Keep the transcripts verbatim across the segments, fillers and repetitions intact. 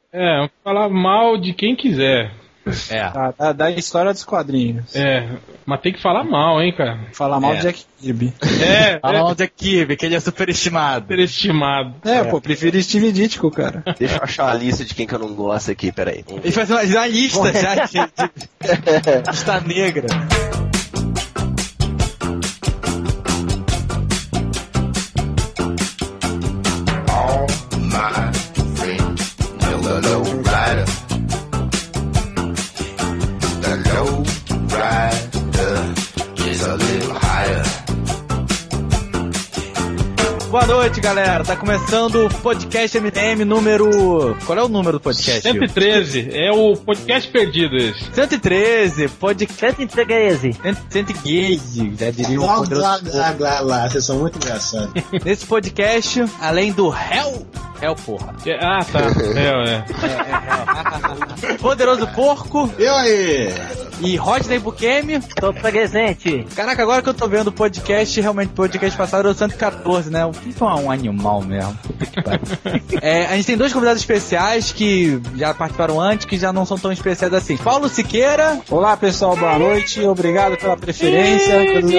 É, falar mal de quem quiser. É. Da, da, da história dos quadrinhos. É, mas tem que falar mal, hein, cara. Falar mal É. de Jack Kirby. É, Fala é mal de Kirby, que ele é superestimado. superestimado. É, é, pô, prefiro Steve Ditko, cara. Deixa eu achar uma lista de quem que eu não gosto aqui, peraí. Ele faz uma, uma lista já de, de lista negra. All my friends know the low rider. The low rider is a little higher. Boa noite, galera. Tá começando o podcast M T M número... Qual é o número do podcast? cento e treze, é o podcast perdido esse. cento e treze, podcast... cento e treze. cento e treze, já diria o Lá, poderoso... lá, lá, lá, lá, vocês são muito engraçados. Nesse podcast, além do Hell... Hell, porra. É, ah, tá. É, é. Poderoso Porco Eu aí! e Rodney Bukemi. Tô presente. Caraca, agora que eu tô vendo o podcast, realmente o podcast passado era o cento e quatorze, né? O que é um animal mesmo? É, a gente tem dois convidados especiais que já participaram antes, que já não são tão especiais assim. Paulo Siqueira. Olá, pessoal, boa noite. Obrigado pela preferência. Pelos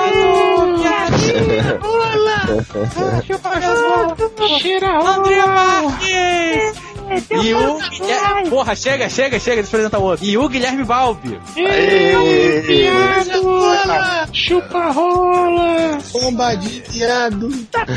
André Marques. E o Guilherme... Porra, chega, chega, chega, deixa eu apresentar o outro. E o Guilherme Balbi. Chupa rola! Bomba de viado!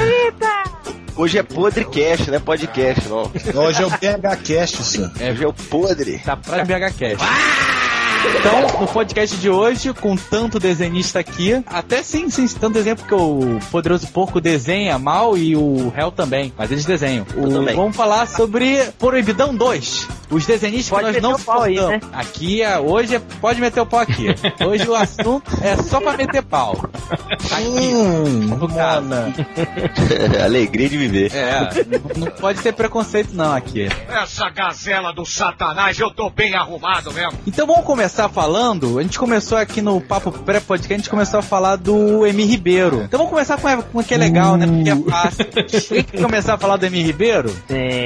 Hoje é Podrecast, não é podcast, não. Hoje é o B H Cast, senhor. Hoje é o Podre. Tá pra B H Cast. Então, no podcast de hoje, com tanto desenhista aqui, até sim, sim, tanto desenho, porque o Poderoso Porco desenha mal e o Hell também, mas eles desenham. O, também. vamos falar sobre Proibidão dois, os desenhistas Pode que nós meter não o pau aí, suportamos. né? Aqui, é, hoje, é, pode meter o pau aqui. Hoje o assunto é só pra meter pau. Aqui, Hum, no caso. Alegria de viver. É, não, não pode ter preconceito não aqui. Essa gazela do satanás, eu tô bem arrumado mesmo. Então vamos começar falando, a gente começou aqui no Papo Pré-Podcast, a gente começou a falar do Emi Ribeiro. Então vamos começar com uma, com uma que é legal, né, porque é fácil. Quem quer começar a falar do Emi Ribeiro? Sim.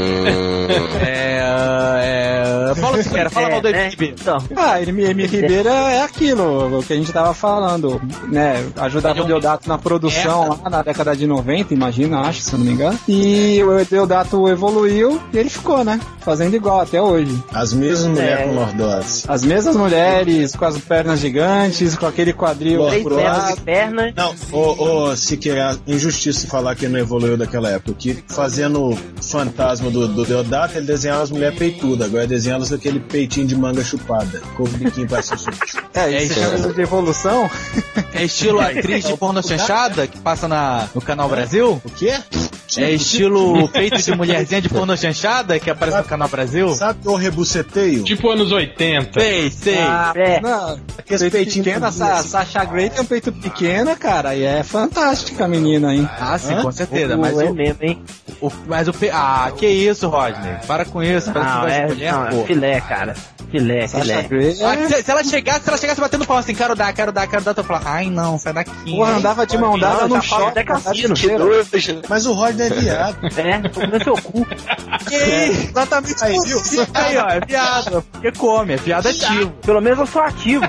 É... é... Paulo Siqueira, fala É, mal do Emi né? Ribeiro. Então, Ah, M. M. Ribeiro é aquilo, o que a gente tava falando, né? Ajudava o Deodato na produção lá na década de noventa, imagina, acho, se eu não me engano. E o Deodato evoluiu e ele ficou, né? Fazendo igual até hoje. as mesmas mulheres É. com lordose. As mesmas mulheres, com as pernas gigantes, com aquele quadril três pro metros lado. de perna. Não, ô, ô, Siqueira, injustiça falar que não evoluiu daquela época. Que fazendo fantasma do, do Deodato, ele desenhava as mulheres peitudas. Agora desenha elas com aquele peitinho de manga chupada. Com o biquinho pra cima. É, isso É, chama de evolução. É estilo atriz de porno chanchada que passa na, no Canal Brasil? O quê? É estilo peito de mulherzinha de porno chanchada que aparece no Canal Brasil? Sabe que eu rebuceteio? Tipo anos oitenta. Sei, sei. Ah, É. não, Aqueles peito peitinhos pequeno, a tudo Sa- assim. Sasha Grey tem um peito pequeno, cara, e é fantástica a menina, hein? Ah, sim, Hã? com certeza. Não Mas é o, mesmo, hein? o, mas o pe... Ah, que isso, Rodney? Para com isso, parece que Não, gosta é, de mulher, não, é pô. filé, cara. Filé, Sasha filé. Grey Ah, é... se, se ela chegasse, se ela chegasse batendo pau assim, quero dar, quero dar, quero dar, tu fala, ai não, sai daqui. Porra, andava de mão dada Não, no já fala shopping. até cassino. Que doido. Mas o Rodney é viado. É, tô comendo seu cu. Que isso? Exatamente Aí, isso. viu? Aí, ó, é viado, porque come, é viado ativo. Pelo menos eu sou ativo.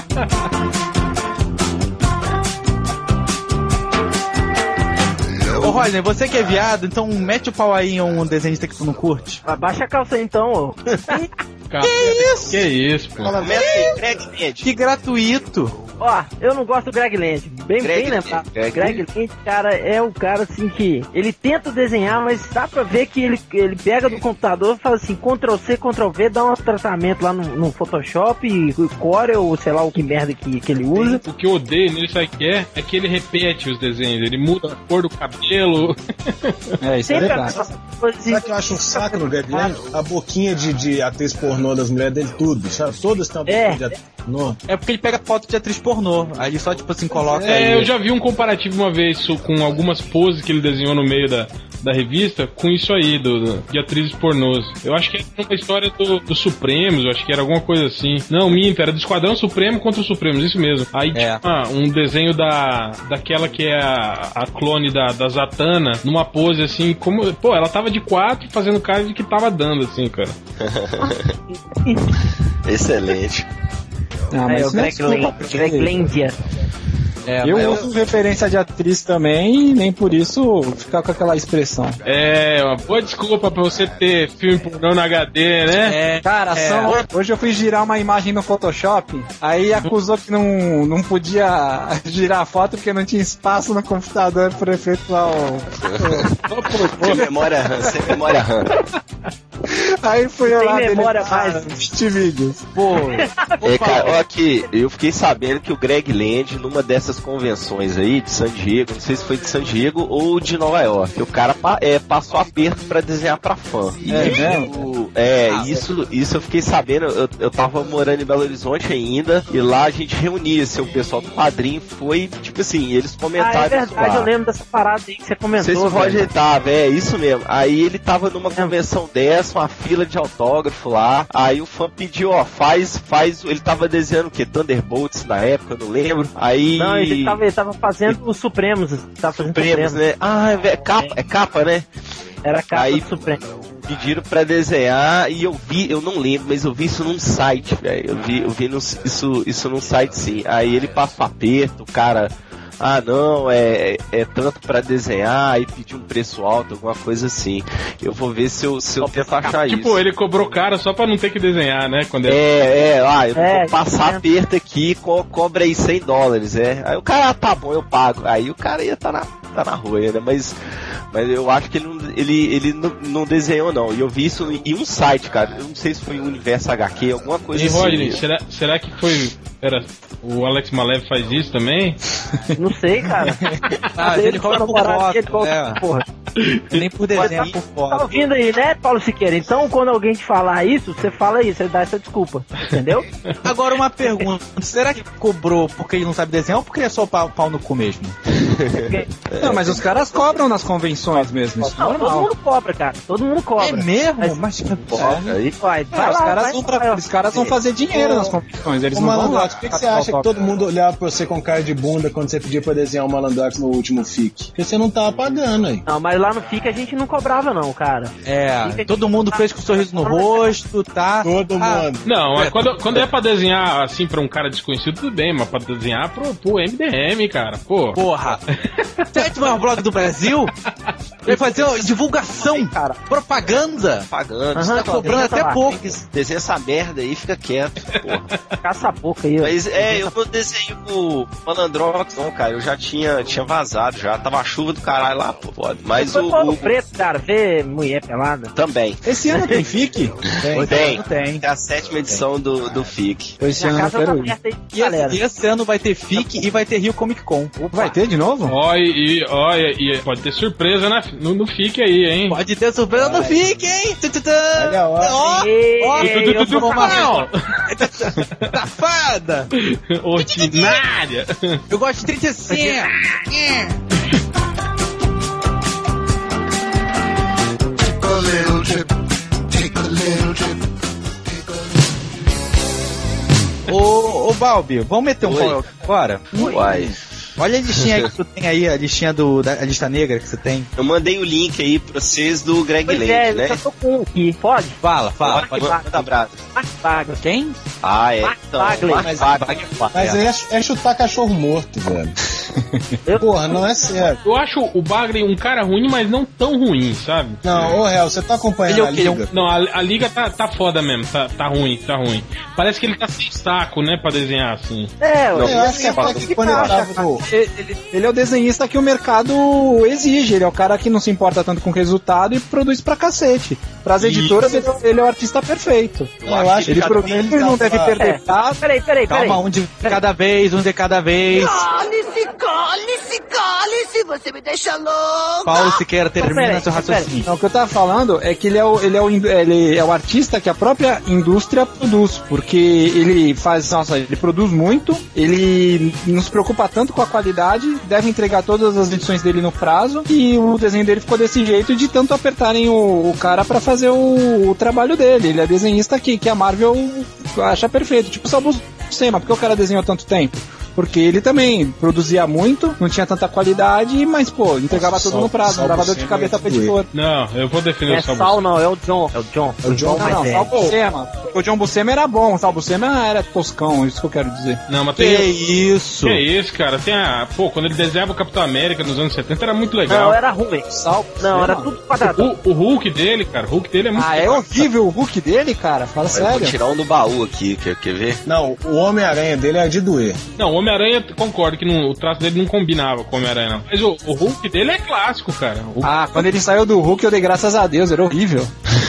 Ô, Rodney, você que é viado, então mete o pau aí em um desenhista que tu não curte. Abaixa a calça aí, então, ô. Cara, Que isso? Que isso, pô. Começa aí, Greg Land. Que gratuito. Ó, eu não gosto do Greg Land. Bem, Greg bem lembrado. Greg Greg Land, cara, é o cara assim que ele tenta desenhar, mas dá pra ver que ele, ele pega do computador e fala assim, control C, control V, dá um tratamento lá no, no Photoshop, e Corel, ou sei lá o que merda que, que ele usa. O que eu odeio nele, sabe o que é? É que ele repete os desenhos, ele muda a cor do cabelo. É, isso é Sempre verdade. aquela coisa assim, Sabe que eu acho um saco no Greg Land? A boquinha de, de atriz pornô das mulheres dele, tudo, sabe? Todas têm uma boquinha É. de atriz. No. É porque ele pega foto de atriz pornô. Aí ele só, tipo assim, coloca. É, aí. eu já vi um comparativo uma vez su- com algumas poses que ele desenhou no meio da, da revista com isso aí, do, do- de atrizes pornôs. Eu acho que era uma história do, do Supremos, eu acho que era alguma coisa assim. Não, minto, era do Esquadrão Supremo contra os Supremos, isso mesmo. Aí É. tinha uma- um desenho da, daquela que é a, a clone da, da Zatanna, numa pose assim, como. Pô, ela tava de quatro fazendo cara de que tava dando, assim, cara. Excelente. Ah, É, mas o isso não é Greg desculpa, Land- porque Greg Landia. É, eu mas uso referência de atriz também e nem por isso ficar com aquela expressão. É, uma boa desculpa pra você ter filme pornô no H D, né? É, Cara, é. são- hoje eu fui girar uma imagem no Photoshop, aí acusou que não, não podia girar a foto porque não tinha espaço no computador para efetuar o... Sem memória RAM, sem memória RAM. Aí fui eu Tem lá memória deletar mais. vinte vídeos. Pô, É, cara, ó, aqui, eu fiquei sabendo que o Greg Land, numa dessas convenções aí de San Diego, não sei se foi de San Diego ou de Nova York, o cara pa- é, passou aperto pra desenhar pra fã. E É tipo, mesmo? é, Ah, isso, isso eu fiquei sabendo, eu, eu tava morando em Belo Horizonte ainda, e lá a gente reunia, assim, o pessoal do quadrinho foi, tipo assim, eles Ah, é comentaram verdade, lá. eu lembro dessa parada aí que você Não comentou. sei se o velho. Roger tava, é isso mesmo. Aí ele tava numa convenção dessa, uma fila de autógrafo lá. Aí o fã pediu, ó, faz, faz. Ele tava desenhando o quê? Thunderbolts na época, eu não lembro. Aí. Não, ele tava, ele tava fazendo os Supremos. Tava fazendo Supremos, Supremos. né? Ah, é, é capa, é capa, né? Era a capa Aí- do Supremo. Pediram pra desenhar e eu vi, eu não lembro, mas eu vi isso num site, velho. Eu vi, eu vi no, isso, isso num site sim. Aí ele passa o aperto, o cara. Ah, não, é, é tanto pra desenhar e pedir um preço alto, alguma coisa assim. Eu vou ver se eu, se eu tento achar isso. Tipo, ele cobrou caro só pra não ter que desenhar, né? Quando ele... É, é, ah, eu não É, vou passar é. aperto aqui, co cobra aí cem dólares, é. Aí o cara, ah, tá bom, eu pago. Aí o cara ia tá na, tá na rua, né? Mas, mas eu acho que ele, não, ele, ele não, não desenhou, não. E eu vi isso em um site, cara. Eu não sei se foi o Universo H Q, alguma coisa E assim. Rodney, será, será que foi. Pera, o Alex Malev faz isso também? Não sei, cara. Ah, ele cobra por namorado, ele foto, cobra é. por porra. nem por desenho, por Tá foto. ouvindo aí, né, Paulo Siqueira? Então, quando alguém te falar isso, você fala isso, você dá essa desculpa, entendeu? Agora uma pergunta, será que cobrou porque ele não sabe desenhar ou porque ele é só pau, pau no cu mesmo? Não, mas os caras cobram nas convenções mesmo, isso é Não, todo normal. mundo cobra, cara. Todo mundo cobra. É mesmo? Mas- Mas que É, aí, Vai, vai É, os, lá, caras vai, vão pra- vai. os caras vão fazer dinheiro nas convenções, eles Ô, não vão lá. Malandrox, por que, que você acha que todo mundo olhava pra você com cara de bunda quando você pedia pra desenhar o Malandrox no último F I C? Porque você não tava pagando aí. Não, mas lá no F I C a gente não cobrava, não, cara. É, todo mundo fez com um sorriso no rosto, tá? Todo Ah, mundo. Não, mas quando, quando é pra desenhar assim pra um cara desconhecido, tudo bem, mas pra desenhar pro, pro M D M, cara, pô. Porra! Sétimo maior blog do Brasil? Vai fazer ó, divulgação, cara, propaganda. pagando. Aham, Você Tá cobrando Deixa eu até falar. pouco. Desenha essa merda aí, fica quieto, porra. Caça a boca aí. ó. Mas é, eu não desenho o Malandrox, não, cara. Eu já tinha, tinha vazado já. Tava a chuva do caralho lá, pô. Foda. Mas Foi o, Paulo o- Preto, cara, ver mulher pelada. também. Esse ano tem F I C? Tem, Tem. tem. É a sétima edição do, do F I C. Esse Minha ano eu casa tá quero ir. aberta aí, E galera. esse, e esse ano vai ter F I C e vai ter Rio Comic Con. Vai ter de novo? Ó, e, e, ó, e, e pode ter surpresa na, no, no F I C aí, hein? Pode ter surpresa no F I C, hein? Tututã. Olha, ó. Ó, Ei, ó, ei, eu eu vou vou uma safada. Ordinária! Eu gosto de trinta e cinco. Take a little trip. Take a little trip. Ô, ô Balbi, vamos meter um Oi. pau agora? Uai. Olha a listinha que tu tem aí, a listinha do, da a lista negra que você tem. Eu mandei o link aí pra vocês do Greg Pois Land, é, né? eu só tô com um aqui. Pode? Fala, fala. Pode, manda manda abraço. Mark Wagner. Quem? Ah, é. Mark Então, Bagley. Mark Mas- Bagley. Mas aí é, é chutar cachorro morto, velho. Eu- Porra, não é sério. Eu acho o Bagley um cara ruim, mas não tão ruim, sabe? Não, ô Real, você tá acompanhando Ele é a o quê? Ele é um- liga? Não, a, a liga tá, tá foda mesmo, tá, tá ruim, tá ruim. Parece que ele tá sem saco, né, pra desenhar assim. É, Não, ué. Eu acho que até que quando ele tava no... Ele, ele- ele é o desenhista que o mercado exige, ele é o cara que não se importa tanto com o resultado e produz pra cacete. Pras Isso. editoras, ele, ele é o artista perfeito. Não, eu acho Ele, que pro- quando ele não deve tava- perder É. dado. Peraí, peraí, peraí. Calma, um de cada vez, um de cada vez. Cala-se, Cale-se, cale-se, você me deixa louco. Paulo Siqueira, termina Peraí, seu raciocínio. Não, o que eu tava falando é que ele é, o, ele, é o, ele é o artista que a própria indústria produz, porque ele faz, nossa, ele produz muito, ele não se preocupa tanto com a qualidade, deve entregar todas as edições dele no prazo, e o desenho dele ficou desse jeito de tanto apertarem o, o cara pra fazer o, o trabalho dele. Ele é desenhista que, que a Marvel acha perfeito, tipo o Sal Buscema, porque o cara desenhou tanto tempo? Porque ele também produzia muito, não tinha tanta qualidade, mas, pô, entregava tudo no prazo, não dava dor de cabeça pra editor. Não, eu vou defender É o Sal Sal, não, é o John. É o John. É o John, Não, não, mas é. Sal Buscema. O John Buscema era bom, o Sal Buscema era toscão, isso que eu quero dizer. Não, mas Que tem... isso? Que isso, cara? Tem a... Pô, quando ele desenhava o Capitão América nos anos setenta era muito legal. Não, era ruim. Sal Não, era Buscema? tudo quadrado. O, o Hulk dele, cara, o Hulk dele é muito Ah, é legal. horrível o Hulk dele, cara? Fala Eu vou sério. tirar um do baú aqui, quer, quer ver? Não, o Homem-Aranha dele é de doer. Não, o Homem-Aranha, concordo que não, o traço dele não combinava com o Homem-Aranha, não. Mas o, o Hulk dele é clássico, cara. O... Ah, quando ele saiu do Hulk, eu dei graças a Deus, era horrível.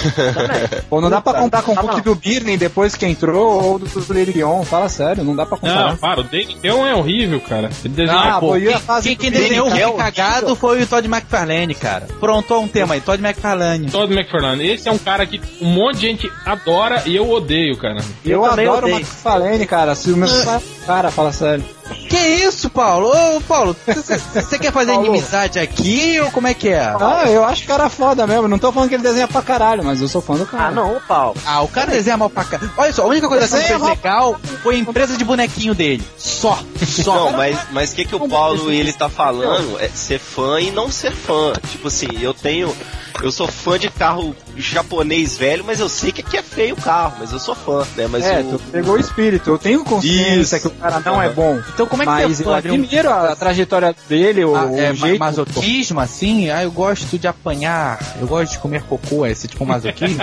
Pô, não dá pra contar com o Hulk do Birney depois que entrou, ou do, do Lerion, fala sério, não dá pra Não, comparar. para, o Dave Keon é horrível, cara. Ele desenha, Ah, pô, pô, e a fase Quem, quem do desenhou o Birney, Hulk cagado foi o Todd McFarlane, cara. Pronto, ó um tema aí, Todd McFarlane. Todd McFarlane. Esse é um cara que um monte de gente adora e eu odeio, cara. Eu, Eu também adoro o odeio. McFarlane, cara, se o meu cara, fala sério. Que isso, Paulo? Ô, Paulo, você quer fazer Paulo. inimizade aqui ou como é que é? Ah, eu acho que cara foda mesmo, não tô falando que ele desenha pra caralho, mas eu sou fã do cara. Ah, não, Paulo. Ah, o cara desenha mal pra cá. Olha só, a única coisa que ele fez legal foi a empresa de bonequinho dele. Só. Só. Não, mas mas que que o Paulo ele tá falando é ser fã e não ser fã. Tipo assim, eu tenho eu sou fã de carro japonês velho, mas eu sei que aqui é feio o carro, mas eu sou fã, né? Mas É, o... tu pegou o espírito, eu tenho consciência Isso. que o cara não é bom. Então como é que Mas você eu pode admiro a, a trajetória dele, o, Ah, o é, ma- jeito. masoquismo, assim? Ah, eu gosto de apanhar, eu gosto de comer cocô, esse tipo masoquismo?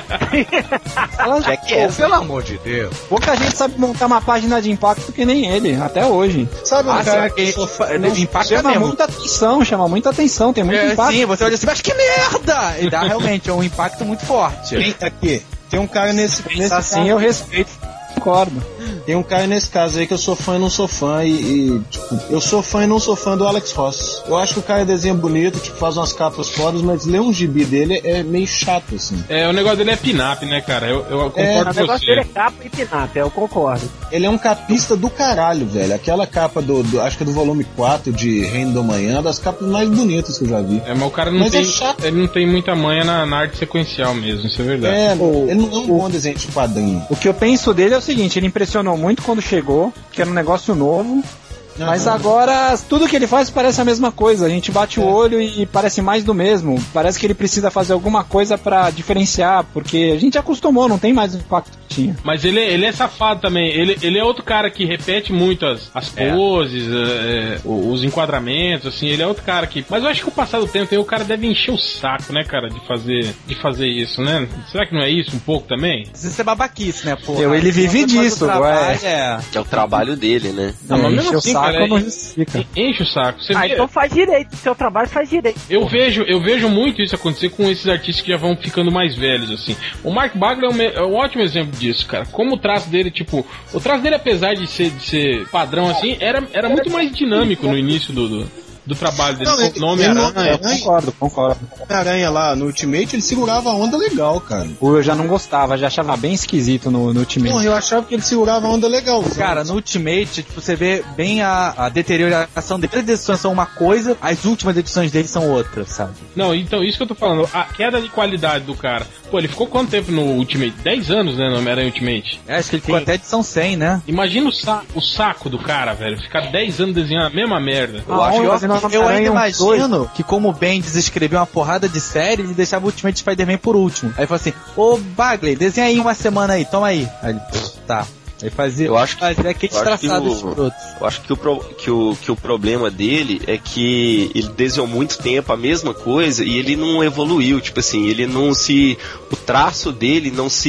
Ela- Já que é, Pelo amor de Deus. Pouca gente sabe montar uma página de impacto que nem ele, até hoje. Sabe um Ah, cara sim, que... porque fa- no impacto é chama mesmo. muita atenção, chama muita atenção, tem muito É, impacto. sim, você olha assim, mas que merda! E dá realmente, é um impacto muito forte. Quem tá aqui? Tem um cara nesse, nesse assim caso, eu respeito, concordo. tem um cara nesse caso aí que eu sou fã e não sou fã e, e, tipo, eu sou fã e não sou fã do Alex Ross. Eu acho que o cara desenha bonito, tipo, faz umas capas fodas, mas ler um gibi dele é meio chato, assim. É, o negócio dele é pin-up, né, cara? Eu, eu É, O concordo com negócio dele é você. capa e pinap, eu concordo. Ele é um capista do caralho, velho. Aquela capa do, do acho que é do volume quatro de Reino da Manhã, das capas mais bonitas que eu já vi. É, mas o cara não Mas é tem. chato. Ele não tem muita manha na, na arte sequencial mesmo, isso é verdade. É, O- ele não é um bom desenho de quadrinho. O que eu penso dele é o seguinte, ele impressionou muito quando chegou, que era um negócio novo, mas Aham. agora tudo que ele faz parece a mesma coisa. A gente bate o olho e parece mais do mesmo. Parece que ele precisa fazer alguma coisa pra diferenciar, porque a gente acostumou, não tem mais o impacto que tinha. Mas ele, ele é safado também. Ele, ele é outro cara que repete muito as, as poses, é, é, os enquadramentos, assim. Ele é outro cara que. Mas eu acho que com o passar do tempo aí o cara deve encher o saco, né, cara, de fazer, de fazer isso, né? Será que não é isso um pouco também? Precisa ser babaquice, né, pô? Eu, ele vive Quem faz o disso, trabalho, ué. é. que é o trabalho dele, né? Não, mas É, mesmo encher o assim, saco cara, não en- justifica. enche o saco. Você Ah, vê- então faz direito, seu trabalho faz direito. Eu vejo, eu vejo muito isso acontecer com esses artistas que já vão ficando mais velhos, assim. O Mark Bagley é um, me- é um ótimo exemplo disso, cara. Como o traço dele, tipo... O traço dele, apesar de ser, de ser padrão, assim, era, era muito mais dinâmico no início do, do, do trabalho dele. Não, Com ele- o nome ele Aranha. não- Eu concordo, concordo. Homem-Aranha lá no Ultimate, ele segurava a onda legal, cara. Eu já não gostava, já achava bem esquisito no, no Ultimate. Porra, eu achava que ele segurava a onda legal. Cara, no Ultimate, tipo, você vê bem a, a deterioração dele. As edições são uma coisa, as últimas edições dele são outras, sabe? Não, então, isso que eu tô falando. A queda de qualidade do cara. Pô, ele ficou quanto tempo no Ultimate? dez anos, né, no Homem-Aranha Ultimate. Eu acho que ele ficou até edição cem, né? Imagina o, sa o saco do cara, velho. Ficar dez anos desenhando a mesma merda. Eu, acho, eu, fazendo eu ainda Homem-Aranha um, imagino que como o Bendis escreveu uma porrada de série, ele deixava o Ultimate Spider-Man por último. Aí ele falou assim, ô Bagley, desenha aí uma semana aí, toma aí. Aí ele, "Pff, tá. Aí fazia, Eu acho que- fazia aqueles eu acho que traçados o- escrotos. Eu acho que o, pro- que, o, que o problema dele é que ele desenhou muito tempo a mesma coisa e ele não evoluiu. Tipo assim, ele não se. O traço dele não se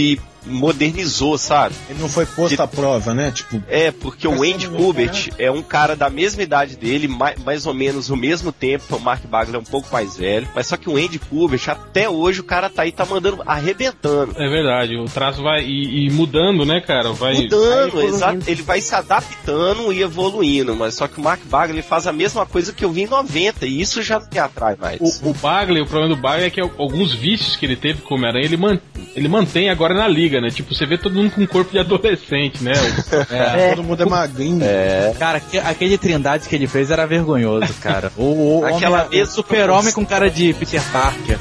modernizou, sabe? Ele não foi posto à prova, né? Tipo, É, porque o Andy Kubert é um cara da mesma idade dele, mais, mais ou menos o mesmo tempo, o Mark Bagley é um pouco mais velho, mas só que o Andy Kubert, até hoje, o cara tá aí, tá mandando, arrebentando. É verdade, o traço vai e, e mudando, né, cara? Vai Mudando, exato. Ele vai se adaptando e evoluindo, mas só que o Mark Bagley faz a mesma coisa que eu vi em noventa, e isso já não me atrai mais. O, o Bagley, o problema do Bagley é que alguns vícios que ele teve com o Homem-Aranha, ele, man, ele mantém agora na liga, né? Tipo, você vê todo mundo com corpo de adolescente, né? é, todo mundo é magrinho. É. Cara, que- aquele Trindade que ele fez era vergonhoso, cara. O, o Aquela homem- vez o super-homem com cara de Peter Parker.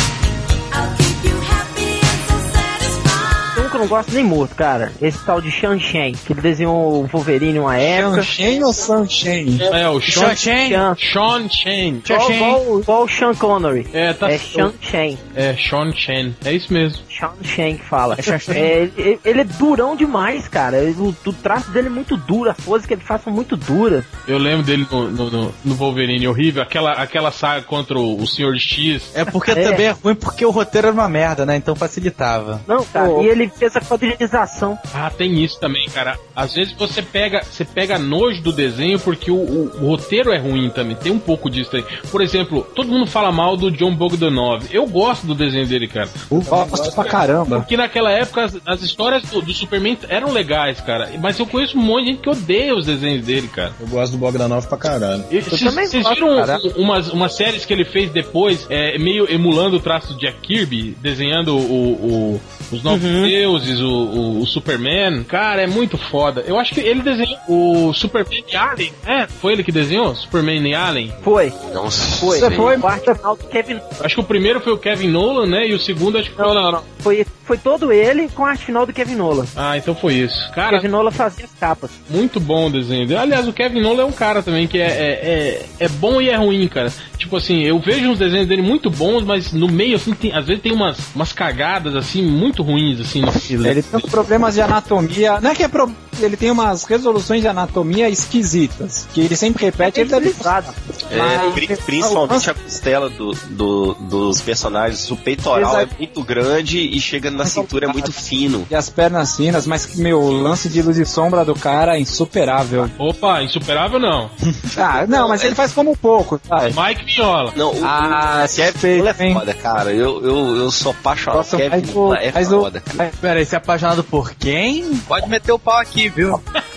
Tem um que eu não gosto nem morto, cara. Esse tal de Sean Shen, que ele desenhou o Wolverine uma época. Sunshine ou Sunshine? É, o Sean, Sean Chen. Sean. Sean Chen. Igual, igual, igual o Sean Connery. É, tá É Sean Shen. É, Sean Chen. É isso mesmo. Sean Shen que fala. É Sean Shen. É, ele, ele é durão demais, cara. Ele- o, o traço dele é muito duro, as poses que ele faz são muito duras. Eu lembro dele no, no, no- no Wolverine, horrível. Aquela, aquela saga contra o, o senhor X. É porque É. também é ruim porque o roteiro era uma merda, né? Então facilitava. Não, cara, Pô. e ele fez a quadrinização. Ah, tem isso também, cara. Às vezes você pega, você pega nojo do desenho porque o, o- o roteiro é ruim também. Tem um pouco disso aí. Por exemplo, todo mundo fala mal do John Bogdanov. Eu gosto do desenho dele, cara. Gosto pra caramba. Porque naquela época as, as histórias do, do Superman eram legais, cara. Mas eu conheço um monte de gente que odeia os desenhos dele, cara. Eu gosto do Bogdanov pra caralho. E Vocês também vocês gosto, viram cara. um- umas, umas séries que ele fez depois, é, meio emulando o traço do Jack Kirby, desenhando o, o- os Novos Deuses, o, o- o Superman? Cara, é muito foda. Eu acho que ele desenhou o Superman e Alien, né? Foi ele que desenhou? Superman e Alien? Foi. Não Foi. sei. foi? O arte final do Kevin. Acho que o primeiro foi o Kevin Nolan, né? E o segundo acho que foi... Não, não, não. Foi, foi todo ele com a arte final do Kevin Nolan. Ah, então foi isso. O Cara, Kevin Nolan fazia as capas. muito bom o desenho dele. Aliás, o Kevin Nolan é um cara também que é, é, é, é bom e é ruim, cara. Tipo assim, eu vejo uns desenhos dele muito bons, mas no meio, assim, tem- às vezes tem umas, umas cagadas, assim, muito ruins, assim, no Ele tem uns problemas de anatomia. Não é que é pro... Ele tem umas resoluções de anatomia esquisitas. Que ele sempre repete, ele deve Utilizado. É, Mas- pri- principalmente a costela do, do- dos personagens. O peitoral Exato. é muito grande e chega na cintura é muito fino. E as pernas finas, mas, meu, o lance de luz e sombra do cara é insuperável. Opa, insuperável não. Ah, não, mas ele faz como pouco, sabe? Mike Mignola. Não, o, Ah, o Kevin feio, Nolan é hein? foda, cara. Eu, eu, eu sou apaixonado. Nossa, Kevin mas o- Nolan é mas o- foda, cara. Pera aí, você é apaixonado por quem? Pode meter o pau aqui, viu?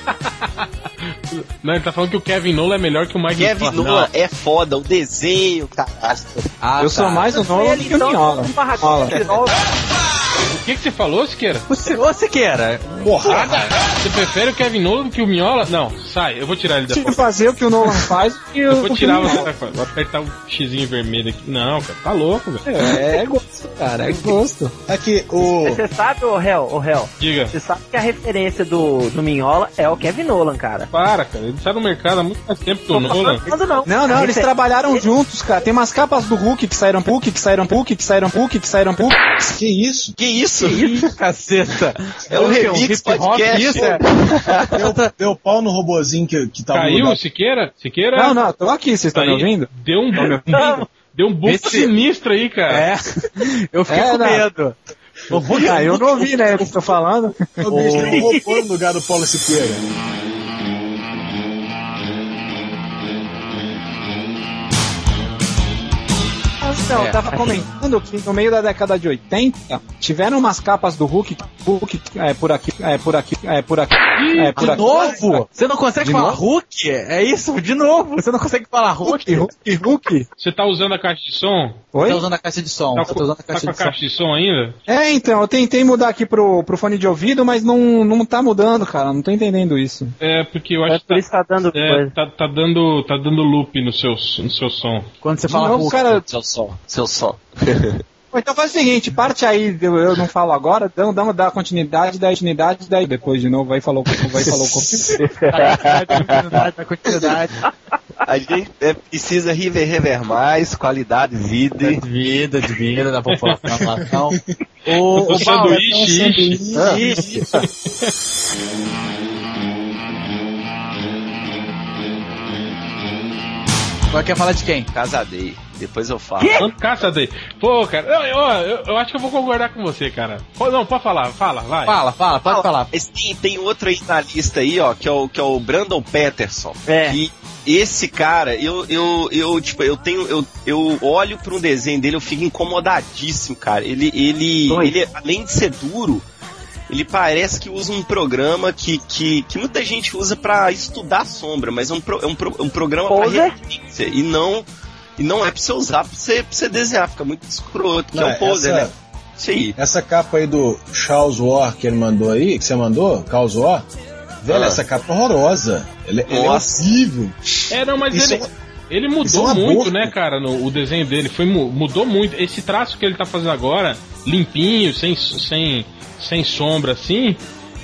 Não, ele tá falando que o Kevin Nolan é melhor que o Mike Kevin Mignola. Nolan é foda, o desenho, cara. Ah, Eu sou mais o Nolan do que o então, Mignola. um barracão Nola. de novo. O que que você falou, Siqueira? Você, ô, Siqueira, Porrada? Você prefere o Kevin Nolan do que o Mignola? Não, sai, eu vou tirar ele da Tipo, foto. fazer o que o Nolan faz e Eu vou o que tirar o você Mignola. da foto. Vou apertar o xizinho vermelho aqui. Não, cara, tá louco, velho. É, é gosto, cara, é gosto. Aqui, o. Você sabe, ô Hel, ô Hel, Diga. você sabe que a referência do, do Mignola é o Kevin Nolan, cara. Para, cara, ele tá no mercado há muito mais tempo que o Não tô Nolan. falando, não. Não, não, A eles refer- trabalharam juntos, cara. Tem umas capas do Hulk que saíram Hulk, que saíram Hulk, que saíram Hulk, que saíram Hulk. Que isso? Que isso? caceta. É o que, Remix hip hop, Podcast. Isso é. Deu, deu pau no robozinho que, que tava no Caiu o lugar. Siqueira? Siqueira? Não, não, tô aqui, vocês estão me Aí, ouvindo? Deu um, Não. deu um bug Esse- sinistro aí, cara. É. Eu fiquei É, com não. medo. Ah, eu não ouvi, né, o que eu tô falando. O bicho tem um robô no lugar do Paulo Siqueira. Não, É, eu tava comentando que no meio da década de oitenta tiveram umas capas do Hulk, Hulk é por aqui, é por aqui, é por aqui, é por De aqui. novo? Você não consegue De falar novo? Hulk? É isso? De novo? Você não consegue falar Hulk? Hulk, Hulk, Hulk. Você tá usando a caixa de som? Oi? Tá usando a caixa de som. Tá, Tá com- usando a tá caixa com a de som. caixa de som ainda? É, então, eu tentei mudar aqui pro, pro fone de ouvido, mas não, não tá mudando, cara, não tô entendendo isso. É, porque eu acho É que por isso que tá dando é, coisa. tá, tá dando, tá dando loop no seu, no seu som. Quando você De fala novo, Hulk. cara, Seu som, seu som. Ou então faz o seguinte, parte aí, eu, eu não falo agora, dá, dá, dá continuidade, dá continuidade, daí depois de novo, aí falou, vai falou com Continuidade, da continuidade. A gente é, precisa rever, rever mais, qualidade, vida. De vida, de vida, da população. O, O o Paulo, sanduíche, Ah. agora quer falar de quem? Casadei. Depois eu falo. Não caça daí. Pô, cara, eu, eu, eu, eu acho que eu vou concordar com você, cara. Pô, não, pode falar, fala, vai. Fala, fala, pode falar. Mas tem, tem outro aí na lista aí, ó, que é o, que é o Brandon Peterson. É. Que esse cara, eu, eu, eu, tipo, eu tenho, eu, eu olho pra um desenho dele, eu fico incomodadíssimo, cara. Ele, ele, ele, além de ser duro, ele parece que usa um programa que, que, que muita gente usa pra estudar a sombra, mas é um, pro, é um, pro, um programa pra referência, e não, e não é pra você usar pra você, pra você desenhar, fica muito escroto, que não, é o poser, essa, né? Isso aí. Essa capa aí do Chaos War que ele mandou aí, que você mandou, Chaos War, velho, ah. essa capa é horrorosa. Ele, ele é horrível. É, não, mas Isso ele... é... Ele mudou é muito, né, cara, no, o desenho dele. Foi, mudou muito. Esse traço que ele tá fazendo agora, limpinho, sem, sem, sem sombra, assim,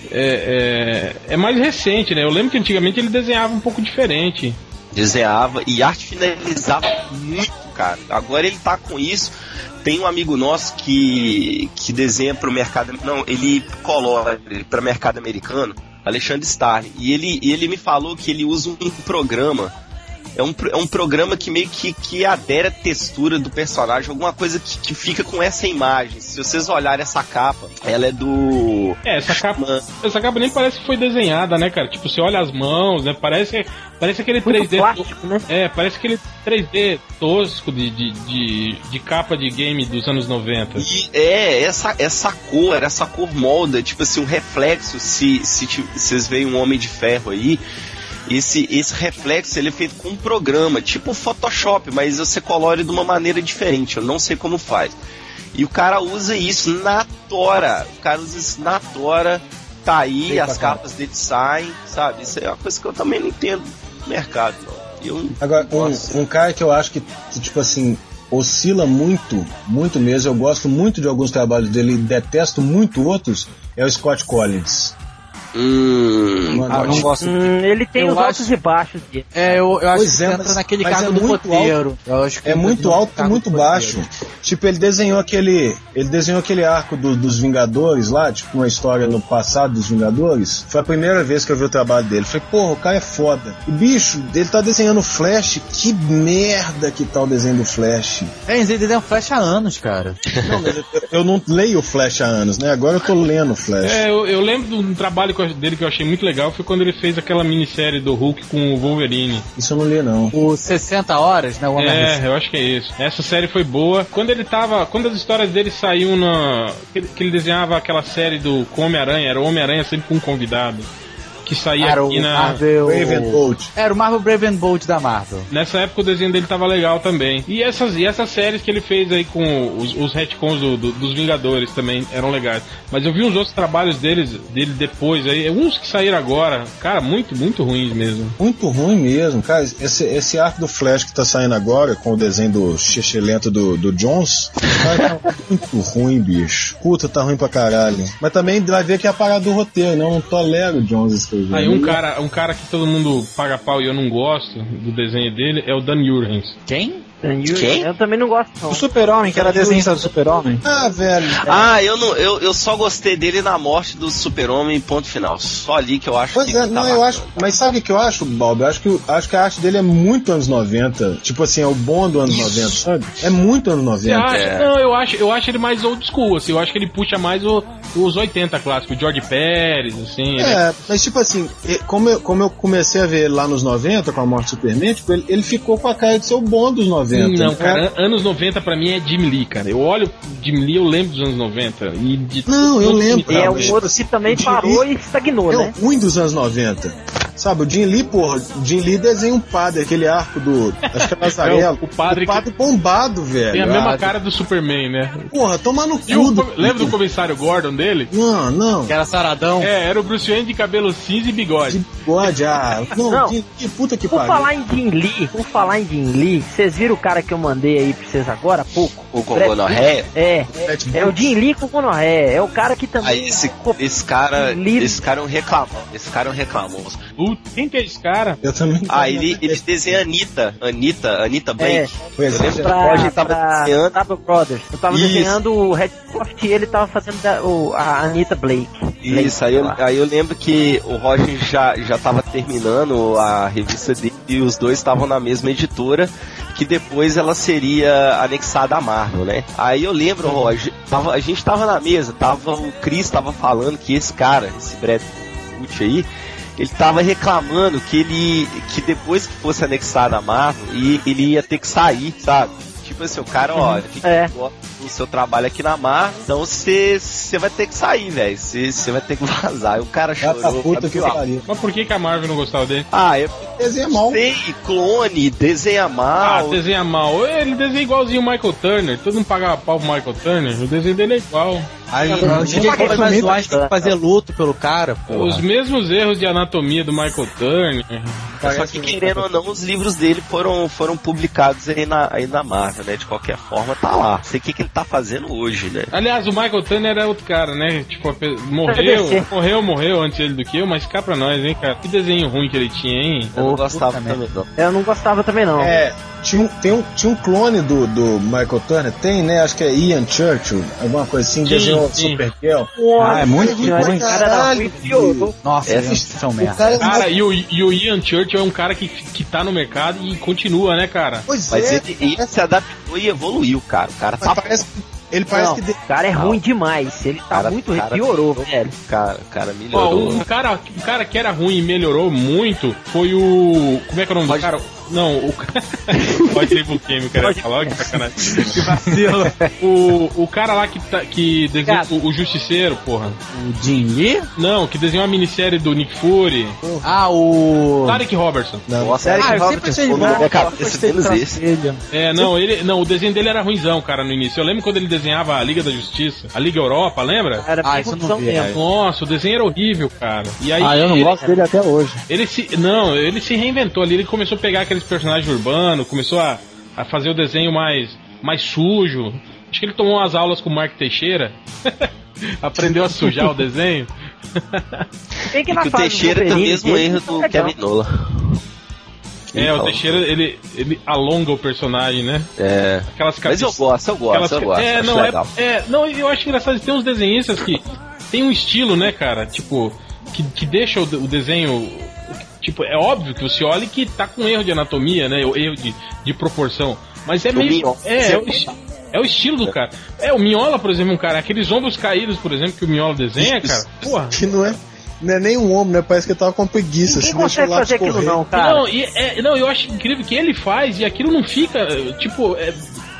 é, é, é mais recente, né? Eu lembro que antigamente ele desenhava um pouco diferente. Desenhava e arte finalizava muito, cara. Agora ele tá com isso. Tem um amigo nosso que, que desenha pro mercado... Não, ele colora para mercado americano, Alexandre Starling. E ele, e ele me falou que ele usa um programa... É um, é um programa que meio que, que adere a textura do personagem, alguma coisa que, que fica com essa imagem. Se vocês olharem essa capa, ela é do... É, essa capa, essa capa nem parece que foi desenhada, né, cara? Tipo, você olha as mãos, né? Parece, parece aquele muito três D... plástico, né? É, parece aquele três D tosco de, de, de, de capa de game dos anos noventa. E é, essa, essa cor, essa cor molda, tipo assim, um reflexo, se, se, se vocês veem um Homem de Ferro aí... Esse, esse reflexo ele é feito com um programa, tipo Photoshop, mas você colore de uma maneira diferente, eu não sei como faz. E o cara usa isso na tora, o cara usa isso na tora, tá aí, as capas dele saem, sabe? Isso é uma coisa que eu também não entendo no mercado, não. Eu, Agora, um, um cara que eu acho que, tipo assim, oscila muito, muito mesmo, eu gosto muito de alguns trabalhos dele, detesto muito outros, é o Scott Collins. Hum, ah, não gosto. Hum, ele tem eu os acho... altos e baixos dele. É, eu, eu acho pois que é, entra mas, naquele mas cargo é do muito roteiro. Alto, eu acho que é muito alto e muito baixo. Tipo, ele desenhou aquele. Ele desenhou aquele arco do, dos Vingadores lá, tipo, uma história no passado dos Vingadores. Foi a primeira vez que eu vi o trabalho dele. Falei, porra, o cara é foda. E bicho, ele tá desenhando Flash. Que merda que tá o desenho do Flash. É, ele desenha Flash há anos, cara. Não, mas eu, eu não leio o Flash há anos, né? Agora eu tô lendo o Flash. É, eu, eu lembro de um trabalho dele que eu achei muito legal, foi quando ele fez aquela minissérie do Hulk com o Wolverine. Isso eu não li, não. O sessenta horas, né? O é, eu acho que é isso. Essa série foi boa. Quando ele tava... Quando as histórias dele saíam na... Que, que ele desenhava aquela série do com Homem-Aranha, era o Homem-Aranha sempre com um convidado. Que saía era aqui o na... Marvel... Ravenbolt. Era o Marvel Ravenbolt da Marvel. Nessa época o desenho dele tava legal também. E essas, e essas séries que ele fez aí com os, os retcons do, do, dos Vingadores também eram legais. Mas eu vi uns outros trabalhos deles, dele depois aí, uns que saíram agora, cara, muito, muito ruins mesmo. Muito ruim mesmo, cara. Esse, esse arco do Flash que tá saindo agora, com o desenho do xixelento do, do Jones, cara, tá muito ruim, bicho. Puta, tá ruim pra caralho. Mas também vai ver que é a parada do roteiro, né? Eu não tolero o Jones escrevendo. Aí um cara, um cara que todo mundo paga pau e eu não gosto do desenho dele é o Dan Jurgens. Quem? Quem? Eu também não gosto, não. O Super-Homem, que era desenhista do Super-Homem. Ah, velho. Ah, eu, não, eu, eu só gostei dele na morte do Super-Homem, ponto final. Só ali que eu acho pois que. É, não, eu acho. Mas sabe o que eu acho, Balbi? Eu acho que, acho que a arte dele é muito anos noventa. Tipo assim, é o bom do anos noventa, sabe? É muito anos noventa. Acha, é. Não, eu acho, eu acho ele mais old school, assim. Eu acho que ele puxa mais o, os oitenta clássicos, o George Pérez, assim. É, né? Mas tipo assim, como eu, como eu comecei a ver ele lá nos noventa, com a morte do Superman, tipo, ele, ele ficou com a cara de ser o bom dos noventa. Não, cara, anos noventa pra mim é Jim Lee, cara. Eu olho Jim Lee, eu lembro dos anos noventa. E de não, eu lembro. É um outro que também parou e estagnou, é né? É ruim dos anos noventa. Sabe, o Jim Lee, porra, o Jim Lee desenha um padre, aquele arco do... Acho que é Nazarelo. É, o, o padre, o padre bombado, velho. Tem a mesma cara do Superman, né? Porra, toma no cu. O, do... Lembra do comissário Gordon dele? Não, não. Que era saradão. É, era o Bruce Wayne de cabelo cinza e bigode. De bigode, ah. Não, não. Que, que puta que pariu. Por falar em Jim Lee, por falar em Jim Lee, vocês viram o cara que eu mandei aí pra vocês agora há pouco? O com gonorreia? É, é o Jim Lee com gonorreia. É o cara que também... Aí esse, esse cara, esse cara é um reclamão. Esse cara é um reclamão. puto. Quem que é esse cara? Eu também. Ah, ele, ele desenha a Anitta. Anitta, Anitta Blake. É. Pois Eu lembro é. que o Roger tava pra desenhando. Tava Brothers. Eu tava Isso. desenhando o Redcroft e ele tava fazendo da- o, a Anitta Blake. Isso, aí eu, aí eu lembro que o Roger já, já tava terminando a revista dele e os dois estavam na mesma editora, que depois ela seria anexada à Marvel, né? Aí eu lembro, Roger, tava, a gente tava na mesa, tava, o Chris tava falando que esse cara, esse Brad Pitt aí, ele tava reclamando que ele, que depois que fosse anexado à Marvel, e ele ia ter que sair, sabe? Tipo assim, o cara, ó, fica É. o seu trabalho aqui na Marvel, então você vai ter que sair, velho. Você vai ter que vazar. E o cara Já chorou. tá puta sabe, que ó. pariu. Mas por que, que a Marvel não gostava dele? Ah, eu Desenha mal. sei, clone, desenha Ah, mal. desenha mal. Ele desenha igualzinho o Michael Turner. Todo mundo pagava pau pro Michael Turner. O desenho dele é igual. Aí Não, eu cheguei não, com não, mais não, zoar, a gente tem que fazer luto pelo cara, pô. Os mesmos erros de anatomia do Michael Turner. Só que querendo ou não, os livros dele foram, foram publicados aí na, aí na Marvel, né? De qualquer forma, tá lá. Não sei o que, que ele tá fazendo hoje, né? Aliás, o Michael Turner era outro cara, né? Tipo, a pe- morreu, descer. morreu, morreu antes ele do que eu, mas cá pra nós, hein, cara? Que desenho ruim que ele tinha, hein? Eu não Ô, gostava puta também, não. Eu não gostava também, não. É, tinha um, tem um, tinha um clone do, do Michael Turner, tem, né? Acho que é Ian Churchill, alguma coisa assim, Sim, desenhou sim. Supergirl. Ah, é muito Senhora, ruim. esse cara era ruim, piorou. Nossa, Essa- eles são O merda. cara, Cara, e o, e o Ian Churchill é um cara que, que tá no mercado e continua, né, cara? pois Mas é, ele, ele se adaptou e evoluiu, cara. O cara mas tá parece, ele parece Não, que de- o cara é ruim demais. Ele tá Cara, muito. cara, piorou, velho. Cara, o cara Ó, melhorou. um cara, um cara que era ruim e melhorou muito foi o. Como é que é o nome do Pode- cara? Não, o. Pode ir pro game, cara. Pode- Falar que sacanagem. o, o cara lá que, tá, que desenhou o, o Justiceiro, porra. O Jim Lee? Não, que desenhou a minissérie do Nick Fury. Ah, o... Tarek Robertson. Nossa, Ah, eu Eric sempre achei ele Roberts, bom. na minha eu cabeça, gostei do menos traço esse. dele. É, não, ele. Não, o desenho dele era ruinzão, cara, no início. Eu lembro quando ele desenhava a Liga da Justiça, a Liga Europa, lembra? Era Ah, bem isso eu não função vi, mesmo. é. Nossa, o desenho era horrível, cara. E aí Ah, eu não ele, gosto dele até hoje. ele se. Não, ele se reinventou ali, ele começou a pegar aqueles personagens urbanos, começou a, a fazer o desenho mais, mais sujo. Acho que ele tomou umas aulas com o Mark Teixeira. Aprendeu a sujar o desenho. Bem que E na que o fase Teixeira tem o Wolverine mesmo dele, erro tá do legal. Kevin Nolan. É, o Então, Teixeira, ele, ele alonga o personagem, né? É. Aquelas Mas eu cabeças- gosto, eu gosto, aquelas- eu gosto. É, acho não, é, legal. é, não, eu acho engraçado, tem uns desenhistas que tem um estilo, né, cara? Tipo, que, que deixa o, de- o desenho. Tipo, é óbvio que você olha que tá com erro de anatomia, né? O erro de, de proporção. Mas é O meio. Minhola. É, é o, esti- é o estilo do cara. É, o Minhola, por exemplo, um cara, aqueles ombros caídos, por exemplo, que o Minhola desenha, cara. Porra. que não é, não é nem um homem, né? Parece que ele tava com preguiça. Ninguém Se deixa o consegue lápis fazer aquilo, correr. não, cara. Não, e, é, não, eu acho incrível que ele faz e aquilo não fica, eh, tipo, é,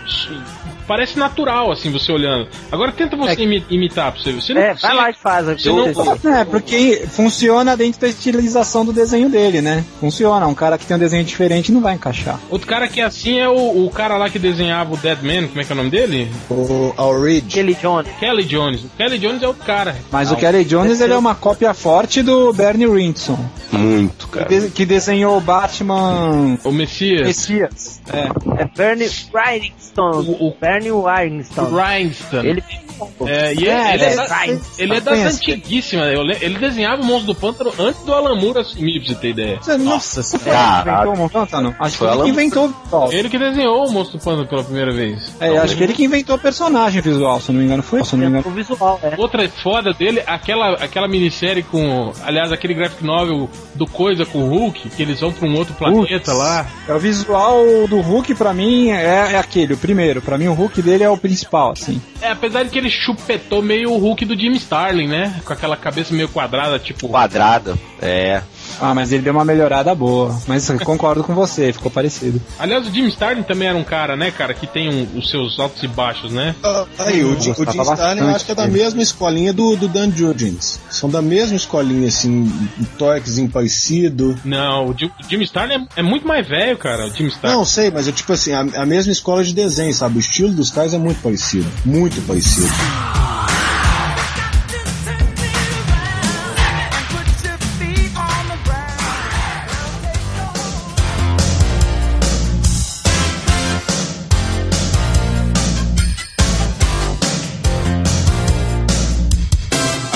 parece natural, assim, você olhando. Agora tenta você imi- imitar pra você. Você não É, vai lá e faz. Você não- É, porque funciona dentro da estilização do desenho dele, né? Funciona. Um cara que tem um desenho diferente não vai encaixar. Outro cara que é assim é o, o cara lá que desenhava o Dead Man, como é que é o nome dele? O Al Reed. Kelly Jones. Kelly Jones. O Kelly Jones é o cara. Mas o Kelly Jones ele é uma cópia forte do Bernie Wrightson, Muito, que, cara. de- que desenhou o Batman O Messias. Messias. É. É Bernie Wrightson. O- o- Bernie Wrightson. Rhinestone. Ele É, e É, ele, é, é, da- é, ele é das conhece. antiguíssimas. Eu le- Ele desenhava o Monstro do Pântano antes do Alan Moore assumir, pra você ter ideia. Você- Nossa, você Caraca. inventou o Montano? Acho que Foi ele Alan que inventou o visual. Ele que desenhou o Monstro do Pântano pela primeira vez. É, acho que ele que inventou o personagem visual, se não me engano foi. Se não me engano. o visual, é. Outra foda dele, aquela, aquela minissérie com. Aliás, aquele graphic novel do Coisa com o Hulk, que eles vão pra um outro planeta Putz. lá. É, o visual do Hulk pra mim é, é aquele, o primeiro. Pra mim o Hulk dele é o principal, assim. É, apesar de que ele chupetou meio o Hulk do Jim Starlin, né? Com aquela cabeça meio quadrada, tipo. Quadrado. É. Ah, mas ele deu uma melhorada boa. Mas eu concordo com você, ficou parecido. Aliás, o Jim Starlin também era um cara, né, cara, que tem um- os seus altos e baixos, né? Ah, aí, o, Jim- o Gostava Jim Starlin eu bastante acho que é da dele. mesma escolinha do, do Dan Jurgens. São da mesma escolinha, assim, um torquezinho parecido. Não, o Jim, o Jim Starlin é, é muito mais velho, cara, o Jim Starlin. Não, sei, mas é tipo assim, a, a mesma escola de desenho, sabe? O estilo dos caras é muito parecido. Muito parecido.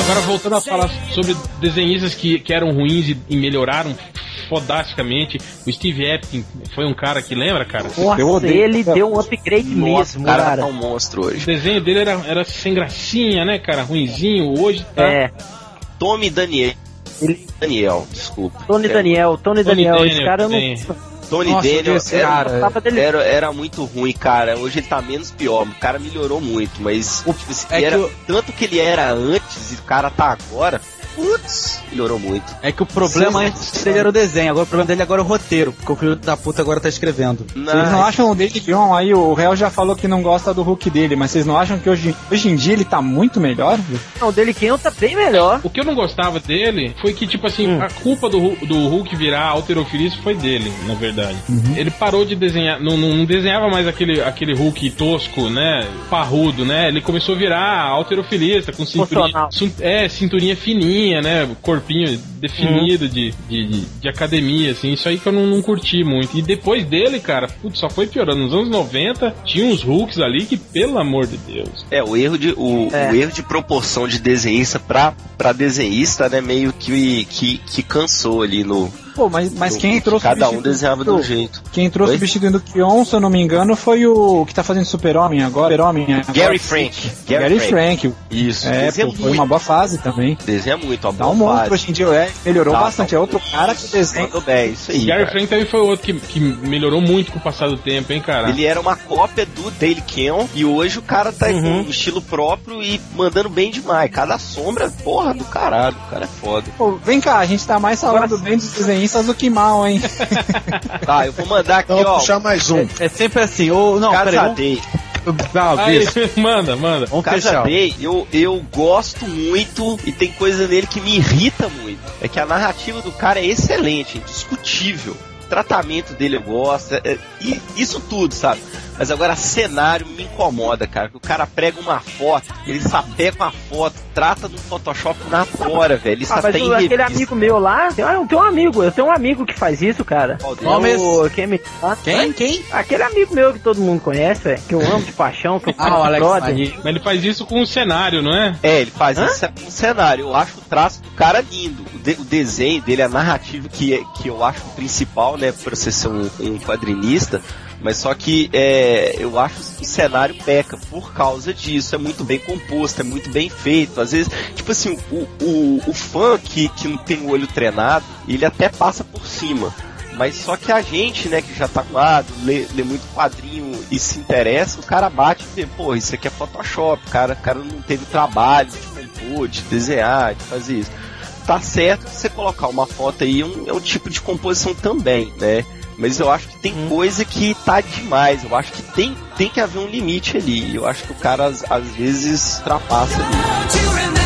Agora voltando a falar sobre desenhistas que, que eram ruins e, e melhoraram fodasticamente, o Steve Epting foi um cara que lembra, cara? Nossa, ele deu um upgrade Nossa, mesmo, o cara, cara. tá um monstro O hoje. desenho dele era, era sem gracinha, né, cara? Ruinzinho. Hoje tá... É, Tommy Daniel. ele, Daniel, desculpa. Tony É, Daniel, Tony, Tony Daniel, Daniel, esse cara eu tem. não... Tony Nossa, Daniel esse era, cara. gostava dele. era, era muito ruim, cara. Hoje ele tá menos pior. O cara melhorou muito, mas tipo, assim, é era, que o- tanto que ele era antes e o cara tá agora, putz, melhorou muito. É que o problema antes dele era o desenho, agora o problema dele agora é o roteiro, porque o filho da puta agora tá escrevendo. Vocês não Não, acham o David Young aí, o réu já falou que não gosta do Hulk dele, mas vocês não acham que hoje, hoje em dia ele tá muito melhor? Não, o dele Ken tá bem melhor. O que eu não gostava dele foi que, tipo assim, Hum. a culpa do, Hu- do Hulk virar alterofilista foi dele, na verdade. Ele parou de desenhar, não, não não desenhava mais aquele, aquele Hulk tosco, né? Parrudo, né? Ele começou a virar alterofilista, com cinturinha, Funcional. cin- é, cinturinha fininha, né? Corpinho definido de, de, de, de academia, assim. Isso aí que eu não, não curti muito. E depois dele, cara, putz, só foi piorando. Nos anos noventa, tinha uns Hulks ali que, pelo amor de Deus. é, o erro de, o, É. o erro de proporção de desenhista pra, pra desenhista, né, meio que, que, que cansou ali no... Pô, mas, mas no- quem entrou Cada um substituindo- desenhava de um jeito. Quem entrou Oi? substituindo o Kion, se eu não me engano, foi o que tá fazendo Super-Homem agora. Super-Homem agora. Gary Frank. Gary, Gary Frank. Isso, É, desenha pô, foi muito. uma boa fase também. Desenha muito, ó. Dá um monstro hoje em dia, é, melhorou Tá, bastante. tá. É outro cara que desenha. Mandou bem, isso aí. O Gary cara. Frank também foi outro que, que melhorou muito com o passar do tempo, hein, cara? Ele era uma cópia do Dale Keon e hoje o cara tá com um estilo próprio e mandando bem demais. Cada sombra, porra, do caralho. O cara é foda. Pô, vem cá, a gente tá mais falando bem dos desenhistas do que mal, hein? Tá, eu vou mandar aqui, Então, eu vou ó. puxar mais um. É sempre assim, ou não, peraí, vamos, Casadei. ah, Aí, isso, manda, manda. vamos fechar. Casadei, eu, eu gosto muito e tem coisa nele que me irrita muito. É que a narrativa do cara é excelente, indiscutível. O tratamento dele eu gosto, é, é, e isso tudo, sabe? Mas agora cenário me incomoda, cara. Que o cara prega uma foto, ele sapeca uma foto, trata no Photoshop na hora, velho. Isso Ah, mas até o- em aquele revista. amigo meu lá, tem, eu tenho um amigo, eu tenho um amigo que faz isso, cara. Qual deles? Nome O, quem me... Quem? Quem? Aquele amigo meu que todo mundo conhece, velho, que eu amo de paixão, que eu Ah, o Alex brother. Maria. Mas ele faz isso com o cenário, não é? É, ele faz isso com um cenário. Eu acho o traço do cara lindo. O, de- o desenho dele, a narrativa que, é, que eu acho o principal, né, pra você ser um, um quadrinista. Mas só que é, eu acho que o cenário peca por causa disso. É muito bem composto, é muito bem feito. Às vezes, tipo assim, o, o, o fã que, que não tem o olho treinado, ele até passa por cima. Mas só que a gente, né, que já tá acostumado, lê, lê muito quadrinho e se interessa, o cara bate e vê, pô, isso aqui é Photoshop, o cara, o cara não teve trabalho de compor, de desenhar, de fazer isso. Tá certo que você colocar uma foto aí é um, é um tipo de composição também, né? Mas eu acho que tem Hum. coisa que tá demais, eu acho que tem, tem que haver um limite ali. Eu acho que o cara às, às vezes ultrapassa ali.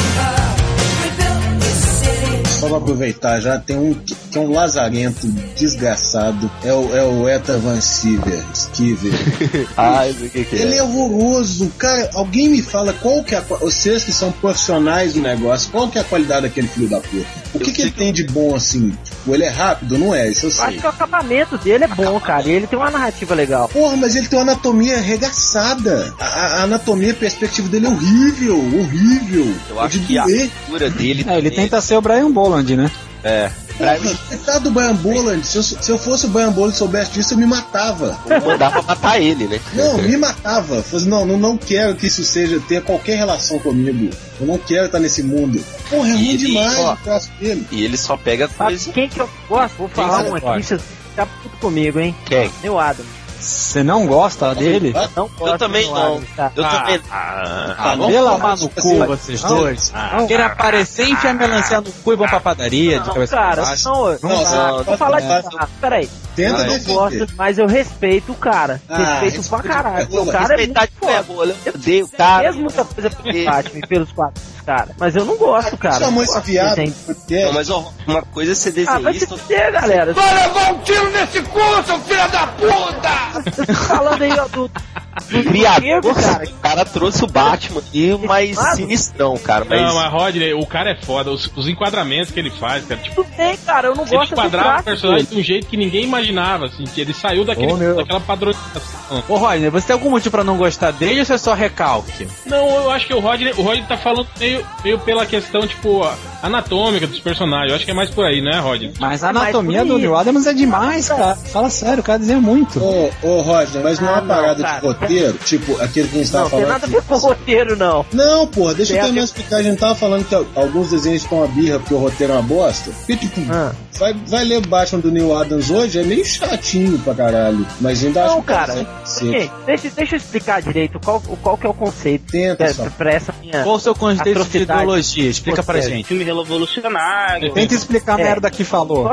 Só pra aproveitar já, tem um que é um lazarento desgraçado. É o, é o Eta Van Sciver, Sciver. Ah, eu sei o que, que Ele é. é horroroso. Cara, alguém me fala qual que é a, qua- vocês que são profissionais do negócio, qual que é a qualidade daquele filho da puta? O que, que ele tem de bom assim? Tipo, ele é rápido? Não é, isso eu Eu acho sei. que o acabamento dele é bom, cara, e ele tem uma narrativa legal. Porra, mas ele tem uma anatomia arregaçada. A, a anatomia, a perspectiva dele é horrível, horrível. Eu acho de que a doer. figura dele. É, ele também- tenta ser o Brian Boland, né? É. Porra, coitado do Brian Boland. Se eu, se eu fosse o Brian Boland e soubesse disso, eu me matava. Vou mandar pra matar ele, né? Não, me matava. Falei, não, não, não quero que isso seja, ter qualquer relação comigo. Eu não quero estar nesse mundo. Porra, é ruim E- demais ó, o traço dele. E ele só pega Sabe coisa. quem que eu gosto? Vou falar você um aqui, gosta? vocês tá puto comigo, hein? Quem? Meu Adam. Você não gosta dele? Não gosto também do não. Adams, tá? Eu também. Ah, vamos pela falar, mano tipo cu, assim, vocês não, dois. Ah, queira aparecer, enfia melancia no cu e vão pra padaria de Não, cabeça pra cara, baixo. não, eu- Não, não, não, vou falar não, de ah, peraí. Tenta Eu não defender. gosto, mas eu respeito o cara. Ah, respeito respeito pra caralho. de O cara é Respeitar muito de foda. vergonha, eu odeio o Ele cara. fez muita coisa pelo Batman e pelos quadrinhos, cara. Mas eu não gosto, cara. Chamou Não esse gosto de viado. desenho. porque- Não, mas ó, uma coisa é ser Ah, vai se desenhista. fuder, galera. Vai levar um tiro nesse cu, seu filho da puta! Falando aí, ó, do, O criador, cara, o cara trouxe o Batman e mais sinistrão, cara. Mas... Não, mas Rodney, o cara é foda. Os, os enquadramentos que ele faz, cara. Tipo, Tudo bem, cara, eu não ele gosto enquadrava o personagem dele. de um jeito que ninguém imaginava, assim. Que ele saiu daquele, Ô, daquela padronização. Ô, Rodney, você tem algum motivo pra não gostar dele ou você é só recalque? Não, eu acho que o Rodney, o Rodney tá falando meio, meio pela questão, tipo, anatômica dos personagens. Eu acho que é mais por aí, né, Rodney? Mas a anatomia do Neil Adams é demais, cara. Fala sério, o cara desenha muito. Ô, ô Roger, mas não é Ah, uma não, parada cara. de roteiro, tipo, aquele que a gente tava Não, tem falando. nada a ver com o roteiro, não. Não, porra, deixa eu Tem a terminar de explicar. A gente tava falando que alguns desenhos estão a birra porque o roteiro é uma bosta. Porque, tipo, Ah. vai, vai ler o Batman do Neil Adams hoje, é meio chatinho pra caralho. Mas ainda acho Não, que cara. sim. Ok, deixa, deixa eu explicar direito qual, qual que é o conceito Tenta, pra, só. pra essa minha Qual o seu conceito de atrocidade. ideologia? Explica pra Roteiro. gente. Filme revolucionário. Tenta explicar a É. merda que falou.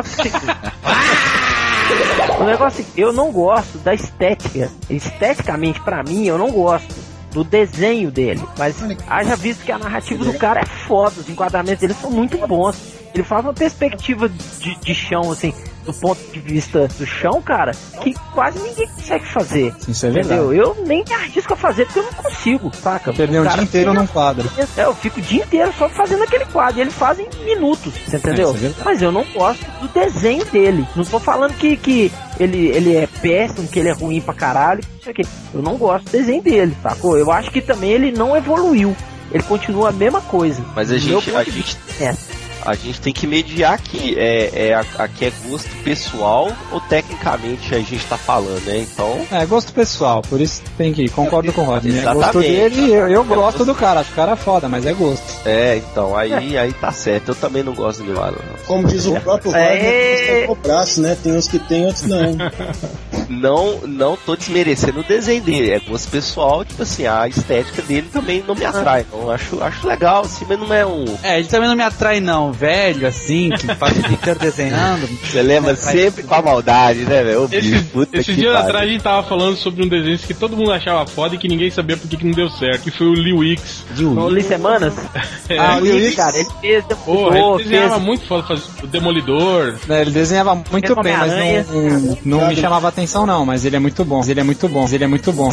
O negócio é que eu não gosto da estética. Esteticamente, pra mim, eu não gosto do desenho dele. Mas haja visto que a narrativa do cara é foda. Os enquadramentos dele são muito bons. Ele faz uma perspectiva de, de chão, assim, do ponto de vista do chão, cara, que quase ninguém consegue fazer. Isso é Entendeu? verdade. Eu nem me arrisco a fazer porque eu não consigo, saca? Perdeu o cara dia inteiro fica- num quadro. É, eu fico o dia inteiro só fazendo aquele quadro. E ele faz em minutos, você entendeu? É, isso é verdade. Mas eu não gosto do desenho dele. Não tô falando que, que ele, ele é péssimo, que ele é ruim pra caralho. Isso aqui. Eu não gosto do desenho dele, sacou? Eu acho que também ele não evoluiu. Ele continua a mesma coisa. Mas a Do meu gente, ponto a de gente, vista, é. a gente tem que mediar aqui. É, é, aqui é gosto pessoal ou tecnicamente a gente tá falando, né? Então. É, gosto pessoal, por isso tem que ir. Concordo com o Rodney. É Exatamente. gosto dele, eu, eu gosto do cara, acho o cara foda, mas é gosto. É, então, aí, aí tá certo. Eu também não gosto de Neil Como diz o próprio É. Rodney, tem o braço, né? Tem uns que tem, outros não. Não, não tô desmerecendo o desenho dele, é gosto pessoal, tipo assim, a estética dele também não me atrai, não, acho, acho legal, assim, mas não é um... É, ele também não me atrai não, velho, assim, que faz o dia inteiro desenhando. Você lembra sempre com a maldade, né, velho? Ô, Esse, bicho, puta esse que dia pariu. atrás a gente tava falando sobre um desenho que todo mundo achava foda e que ninguém sabia porque que não deu certo, que foi o Lee Wicks. No Lee Semanas? É, Ah, o Lee Lee, Wicks? cara, ele fez porra, Demolidor, ele desenhava fez... muito foda, faz o Demolidor. É, ele desenhava muito Fez bem, mas Homem-Aranha. não, não me chamava atenção não, mas ele é muito bom, ele é muito bom, ele é muito bom.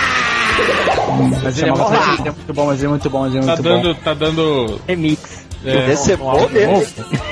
Mas ele é, Chamava muito, atenção. ele é muito bom, mas ele é muito bom, mas ele é Tá muito bom. dando, tá dando. Remix. é, Deve ser bom mesmo.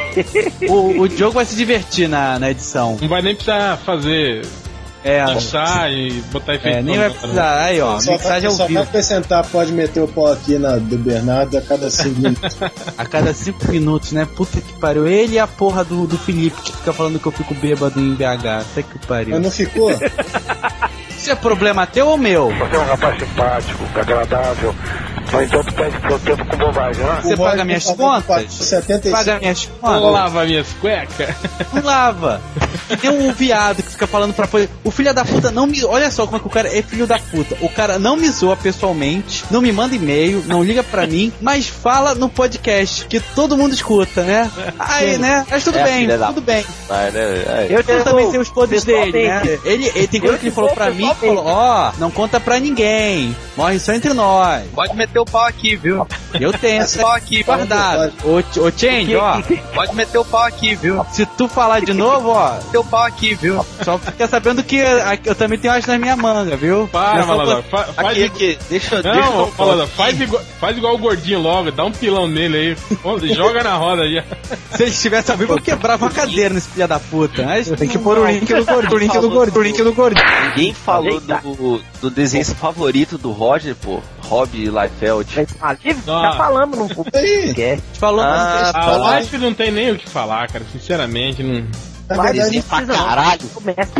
O, o Diogo vai se divertir na, na edição. não vai nem precisar fazer É, mixar e botar efeito. é nem vai precisar. Aí, ó, Só vai, mixagem ao só vai vivo. acrescentar, pode meter o pau aqui na do Bernardo a cada cinco minutos. A cada cinco minutos, né? Puta que pariu. Ele e a porra do, do Felipe que fica falando que eu fico bêbado em B H. Até que pariu. Mas não ficou? Isso é problema teu ou meu? Você é um rapaz simpático, agradável, no entanto perde seu tempo com bobagem, né? Você O paga Roger minhas tá falando contas? que setenta e cinco. Paga minhas Vou contas? lavar minhas cuecas. Não lava. E tem um viado que fica falando pra... O filho da puta não me... Olha só como é que o cara é filho da puta. O cara não me zoa pessoalmente, não me manda e-mail, não liga pra mim, mas fala no podcast, que todo mundo escuta, né? Aí, né? Mas tudo É a bem, filha da- tudo bem. Vai, né? É. Eu, Eu também sei os podres pessoalmente. dele, né? Ele, ele tem coisa que ele falou pra mim, que falou, ó, não conta pra ninguém, morre só entre nós. Pode meter o pau aqui, viu? Eu tenho essa Pau aqui, guardado. Ô, ô Change, ó, pode meter o pau aqui, viu? se tu falar de novo, ó, Meter o pau aqui, viu? só fica sabendo que a- eu também tenho as na minha manga, viu? Para, Não é só Malandro. Fa- faz Aqui, igual- aqui, deixa, deixa Não, eu Malandro, faz igual, faz igual o gordinho logo, dá um pilão nele aí. Joga na roda já. Se ele estivesse ao vivo, eu quebrava uma cadeira nesse filho da puta. Mas Tem que pôr o link do gordinho, o link do gordinho, o link do gordinho. Ninguém falou do, do desenho favorito do Roger, pô. Rob Liefeld. Ah, livre, Ah. tá falando no Aí, podcast. falou, Ah, A Life não tem nem o que falar, cara. Sinceramente, não. na Mas verdade, Desenha pra precisa não. caralho. Começa.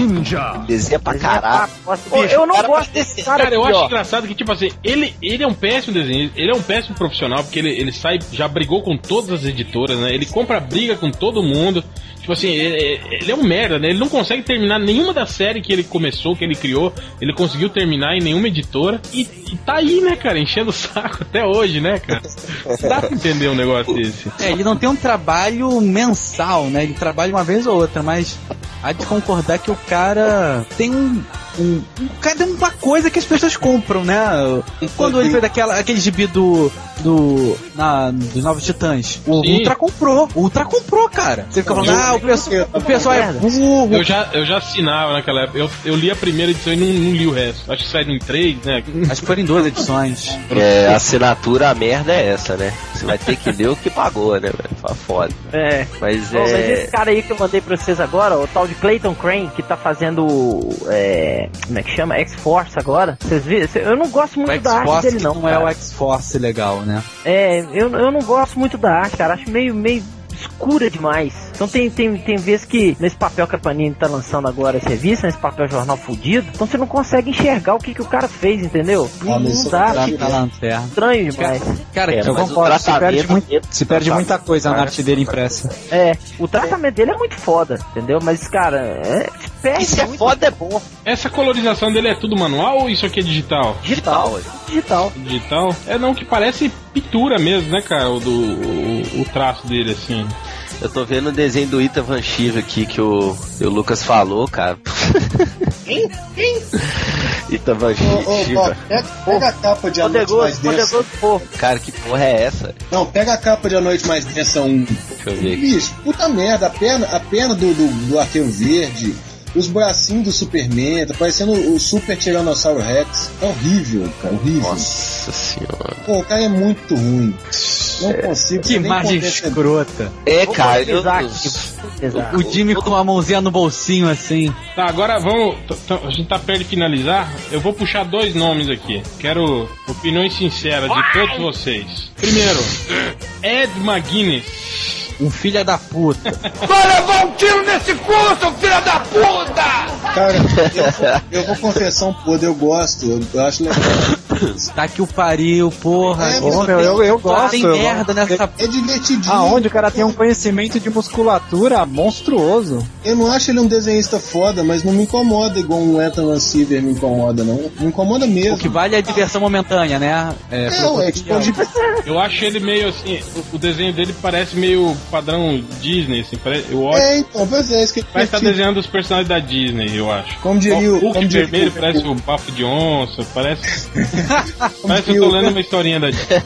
Desenha pra caralho. Ô, eu não cara gosto vai desse cara, Cara, eu aqui, acho ó. engraçado que, tipo assim, ele, ele é um péssimo desenho, ele é um péssimo profissional, porque ele, ele sai, já brigou com todas as editoras, né? Ele compra briga com todo mundo. Tipo assim, ele, ele é um merda, né? Ele não consegue terminar nenhuma da série que ele começou, que ele criou. Ele conseguiu terminar em nenhuma editora. E, e tá aí, né, cara? Enchendo o saco até hoje, né, cara? Dá pra entender um negócio desse. É, ele não tem um trabalho mensal, né? Ele trabalha uma vez ou outra, mas há de concordar que o cara tem um. Um, um cara tem uma coisa que as pessoas compram, né? Quando ele fez aquela, aquele gibi do, do na, dos Novos Titãs. O Sim. Ultra comprou. O Ultra comprou, cara. Você fica falando, Eu- ah, o pessoal, o pessoal é burro. Eu já, eu já assinava naquela época. Eu, eu li a primeira edição e não, não li o resto. Acho que saiu em três, né? Acho que foram em duas edições. É, a assinatura, a merda é essa, né? Você vai ter que ler o que pagou, né, velho? Fala foda. É. Mas Bom, mas é. esse cara aí que eu mandei pra vocês agora, o tal de Clayton Crane, que tá fazendo. É, como é que chama? X-Force agora. Vocês viram? Eu não gosto muito O da arte X-Force dele, não. não é cara. o X-Force legal, né? É, eu, eu não gosto muito da arte, cara. Acho meio, meio escura demais. Então tem, tem, tem vezes que nesse papel que a Panini tá lançando agora essa revista, nesse papel jornal fudido, então você não consegue enxergar o que, que o cara fez, entendeu? Não, Ah, mas não isso dá, é fica Na lanterna. estranho demais. Cara, É, Eu mas o concordo, se perde, tratamento- muito, se perde muita coisa na arte dele impressa. É, o tratamento dele é muito foda, entendeu? Mas, cara, é, se perde Isso é muito. foda, é bom. Essa colorização dele é tudo manual ou isso aqui é digital? Digital, digital. Digital? É não, que parece pintura mesmo, né, cara? O, do, o, o traço dele, assim. Eu tô vendo o desenho do Ita Van Shiva aqui que o, o Lucas falou, cara. Quem? Quem? Ita Van Ô, ô, ó, Shiva. pega, pega a capa de A Noite Mais Poderoso, Densa. poderoso, pô. Cara, que porra é essa? Não, pega a capa de A Noite Mais Densa um. Deixa eu ver aqui. Bicho, puta merda, a perna, a perna do, do, do Arqueiro Verde, os bracinhos do Superman, tá parecendo o Super Tiranossauro Rex. É horrível, cara, horrível. Nossa senhora. Pô, o cara é muito ruim. Não consigo. Que você nem imagem convencer- escrota. É, Vou cara, eu, pesquisar eu, aqui, vou pesquisar. O Jimmy com a mãozinha no bolsinho assim. Tá, agora vamos. t- t- A gente tá perto de finalizar. Eu vou puxar dois nomes aqui. Quero opiniões sinceras de todos vocês. Primeiro, Ed McGuinness. Um filho da puta. Vai levar um tiro nesse cu, seu filho da puta! Cara, eu vou, eu vou confessar um podre, eu gosto, eu, eu acho legal. Tá que o pariu, porra. É, Pô, meu, eu, eu Só gosto. tem eu merda gosto. nessa. É divertidinho. Aonde o cara tem um conhecimento de musculatura monstruoso. Eu não acho ele um desenhista foda, mas não me incomoda igual um Ethan Silver me incomoda, não. Me incomoda mesmo. O que vale é a diversão momentânea, né? É, pro- ué, tipo, de... Eu acho ele meio assim. O, o desenho dele parece meio padrão Disney, assim. Parece, eu olho, É, então, pois é, isso que parece que tá divertido. desenhando os personagens da Disney, eu acho. Como diria o... O Hulk como diria vermelho o- parece o Bafo de Onça, parece. como Parece que eu diria tô o- lendo uma historinha da Disney.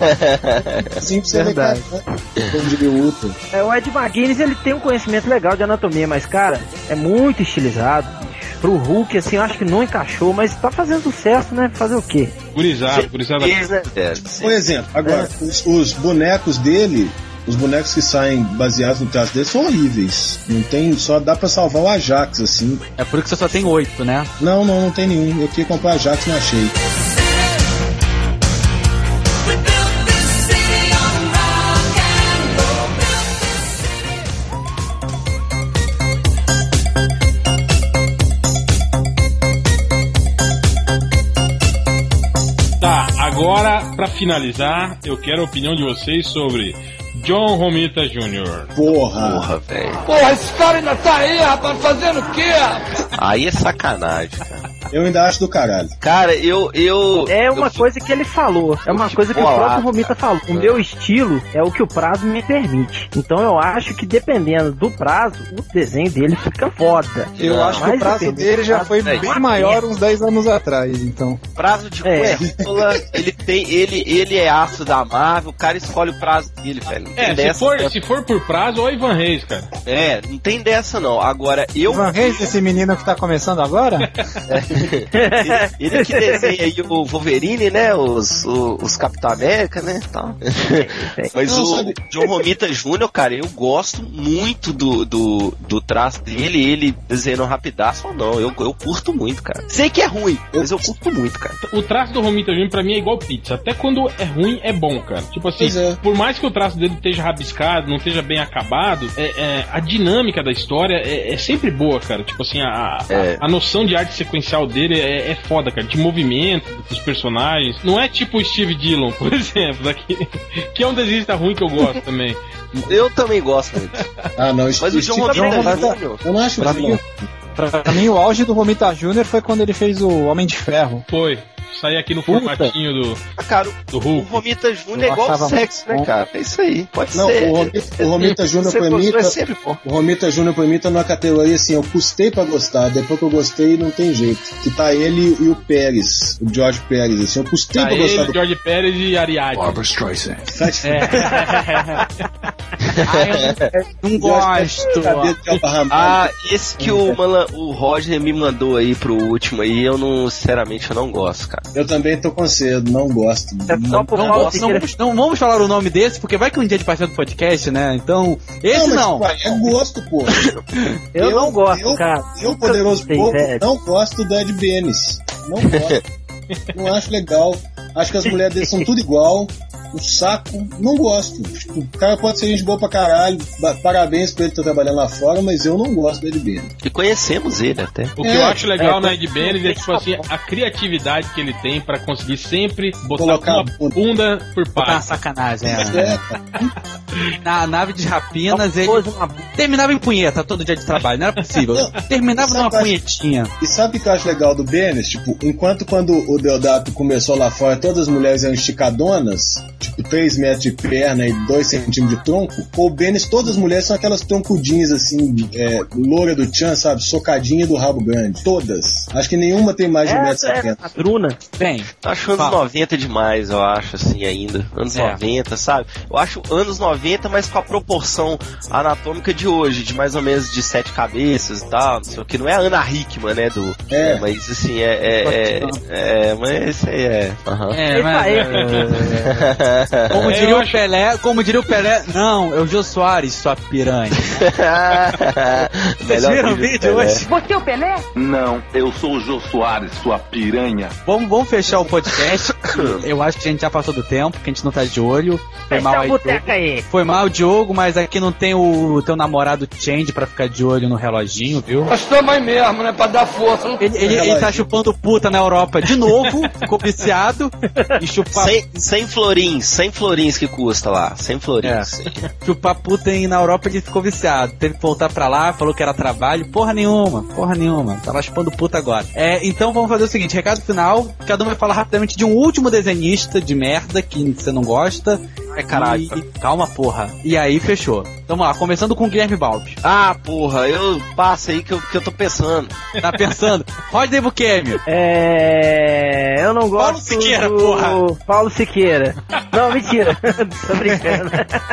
Assim pra você ver, Verdade. cara, né? Como diria o Ultra. É, o Ed McGuinness, ele tem um conhecimento legal de anatomia, mas, cara, é muito estilizado. Bicho. Pro Hulk, assim, eu acho que não encaixou, mas tá fazendo sucesso, né? Fazer o quê? Gurizada, gurizada. É, Por exemplo, agora, os, os bonecos dele, os bonecos que saem baseados no traço dele são horríveis. Não tem, só dá pra salvar o Ajax, assim. É por isso que você só tem oito, né? Não, não, não tem nenhum. Eu queria comprar Ajax e não achei. Tá, agora, pra finalizar, eu quero a opinião de vocês sobre John Romita Júnior Porra! porra, velho. Porra, esse cara ainda tá aí, rapaz, fazendo o quê? Aí é sacanagem, cara. Eu ainda acho do caralho. Cara, eu. eu É uma eu, coisa que ele falou. É uma fico coisa que o bolado, próprio Romita cara. falou. O meu estilo é o que o prazo me permite. Então eu acho que dependendo do prazo, o desenho dele fica foda. Eu Não, acho que mas o prazo depende dele do já prazo, foi é bem uma maior merda. uns dez anos atrás, então. Prazo de É. cuerpula, ele tem. Ele, ele é aço da Marvel, o cara escolhe o prazo dele, velho. Não tem É, se dessa, for, se for por prazo, ou Ivan Reis, cara. É, não tem dessa não. Agora, eu. Ivan Reis, esse menino que tá começando agora? ele, ele que desenha aí o Wolverine, né? Os, os, os Capitão América, né? Tal. Mas Não, o sabe- John Romita Júnior, cara, eu gosto muito do, do, do traço dele, ele desenhando rapidaço ou não. Eu, eu curto muito, cara. Sei que é ruim, mas eu curto muito, cara. O traço do Romita Júnior pra mim é igual pizza. Até quando é ruim, é bom, cara. Tipo assim, Pois é. por mais que o traço dele esteja rabiscado, não esteja bem acabado, é, é, a dinâmica da história é, é sempre boa, cara. Tipo assim, a, É. a, a noção de arte sequencial dele é, é foda, cara. De movimento dos personagens. Não é tipo o Steve Dillon, por exemplo, daqui, que é um desenhista ruim que eu gosto também. Eu também gosto muito. Ah, não, Mas o John Steve Romita Jobs- Júnior, eu não acho Pra isso, mim, não. pra mim, o auge do Romita Júnior foi quando ele fez o Homem de Ferro. Foi. sair aqui no formatinho do, ah, cara, do Hulk. O Romita Júnior é igual sexo, né, cara? É isso aí, pode não, ser. O Romita, o Romita Júnior pra mim, tá, é o Romita Júnior pra mim tá numa categoria assim, eu custei pra gostar, depois que eu gostei não tem jeito. Que tá ele e o Pérez, o George Pérez, assim, eu custei tá pra ele, gostar do... George Pérez e Ariadne. Barbara Streisand. É. Ai, eu não gosto. Ah, esse que o, Mala, o Roger me mandou aí pro último aí, eu não, sinceramente, eu não gosto, cara. Eu também tô com cedo, não gosto. É não, não, não, gosto. Não, vamos, não vamos falar o nome desse, porque vai que um dia de participar do podcast, né? Então, esse não. não. É gosto, pô. eu, eu não gosto, eu, cara. Eu, Poderoso Pouco, não gosto do Ed Benes. Não gosto. Não acho legal. Acho que as mulheres dele são tudo igual. O saco, não gosto. Tipo, o cara pode ser gente boa pra caralho. Parabéns pra ele estar trabalhando lá fora, mas eu não gosto do Ed Benes. E conhecemos ele até. O que é, eu acho legal é, no Ed Benes é tipo assim, a criatividade que ele tem pra conseguir sempre botar colocar uma bunda, bunda por parte. Uma sacanagem, é. Na nave de Rapinas, ele terminava em punheta todo dia de trabalho, não era possível. Não, terminava numa punhetinha. Acho, e sabe o que eu acho legal do Benes? Tipo, enquanto quando o Deodato começou lá fora, todas as mulheres eram esticadonas, tipo três metros de perna e dois centímetros de tronco, com o Benes todas as mulheres são aquelas troncudinhas assim, é, loura do Tchan, sabe? Socadinha do rabo grande. Todas. Acho que nenhuma tem mais de um metro e setenta. A Bruna. Bem. Acho anos fala. noventa demais, eu acho, assim, ainda. Anos é. noventa, sabe? Eu acho anos noventa, mas com a proporção anatômica de hoje, de mais ou menos de sete cabeças e tal, não sei o que. Não é a Ana Hickman, né? Do, é. é mas assim, é. É, é, é mas isso aí é. Uhum. É, mas. É, como diria o Pelé, como diria o Pelé, não, é o Jô Soares, sua piranha. Vocês viram o vídeo hoje? Você é o Pelé? Não, eu sou o Jô Soares, sua piranha. Vamos, vamos fechar o podcast. Eu acho que a gente já passou do tempo, que a gente não tá de olho. Foi mal aí, aí. Foi mal, Diogo, mas aqui não tem o teu namorado Change pra ficar de olho no reloginho, viu? Nós estamos aí mesmo, né? Pra dar força. Ele, ele, ele tá chupando puta na Europa de novo, ficou viciado e chupar. Sem, sem florins, sem florins que custa lá, sem florins. É. Chupar puta e na Europa ele ficou viciado. Teve que voltar pra lá, falou que era trabalho. Porra nenhuma, porra nenhuma. Tava chupando puta agora. É, então vamos fazer o seguinte: recado final. Cada um vai falar rapidamente de um último desenhista de merda que você não gosta. É caralho. E, calma, porra. E aí, fechou. Então vamos lá, começando com o Guilherme Balbi. Ah, porra, eu passo aí que eu, que eu tô pensando. Tá pensando? Rodney Buquemio. É. Eu não gosto. Paulo Siqueira, do... porra. Paulo Siqueira. Não, mentira. Tô brincando.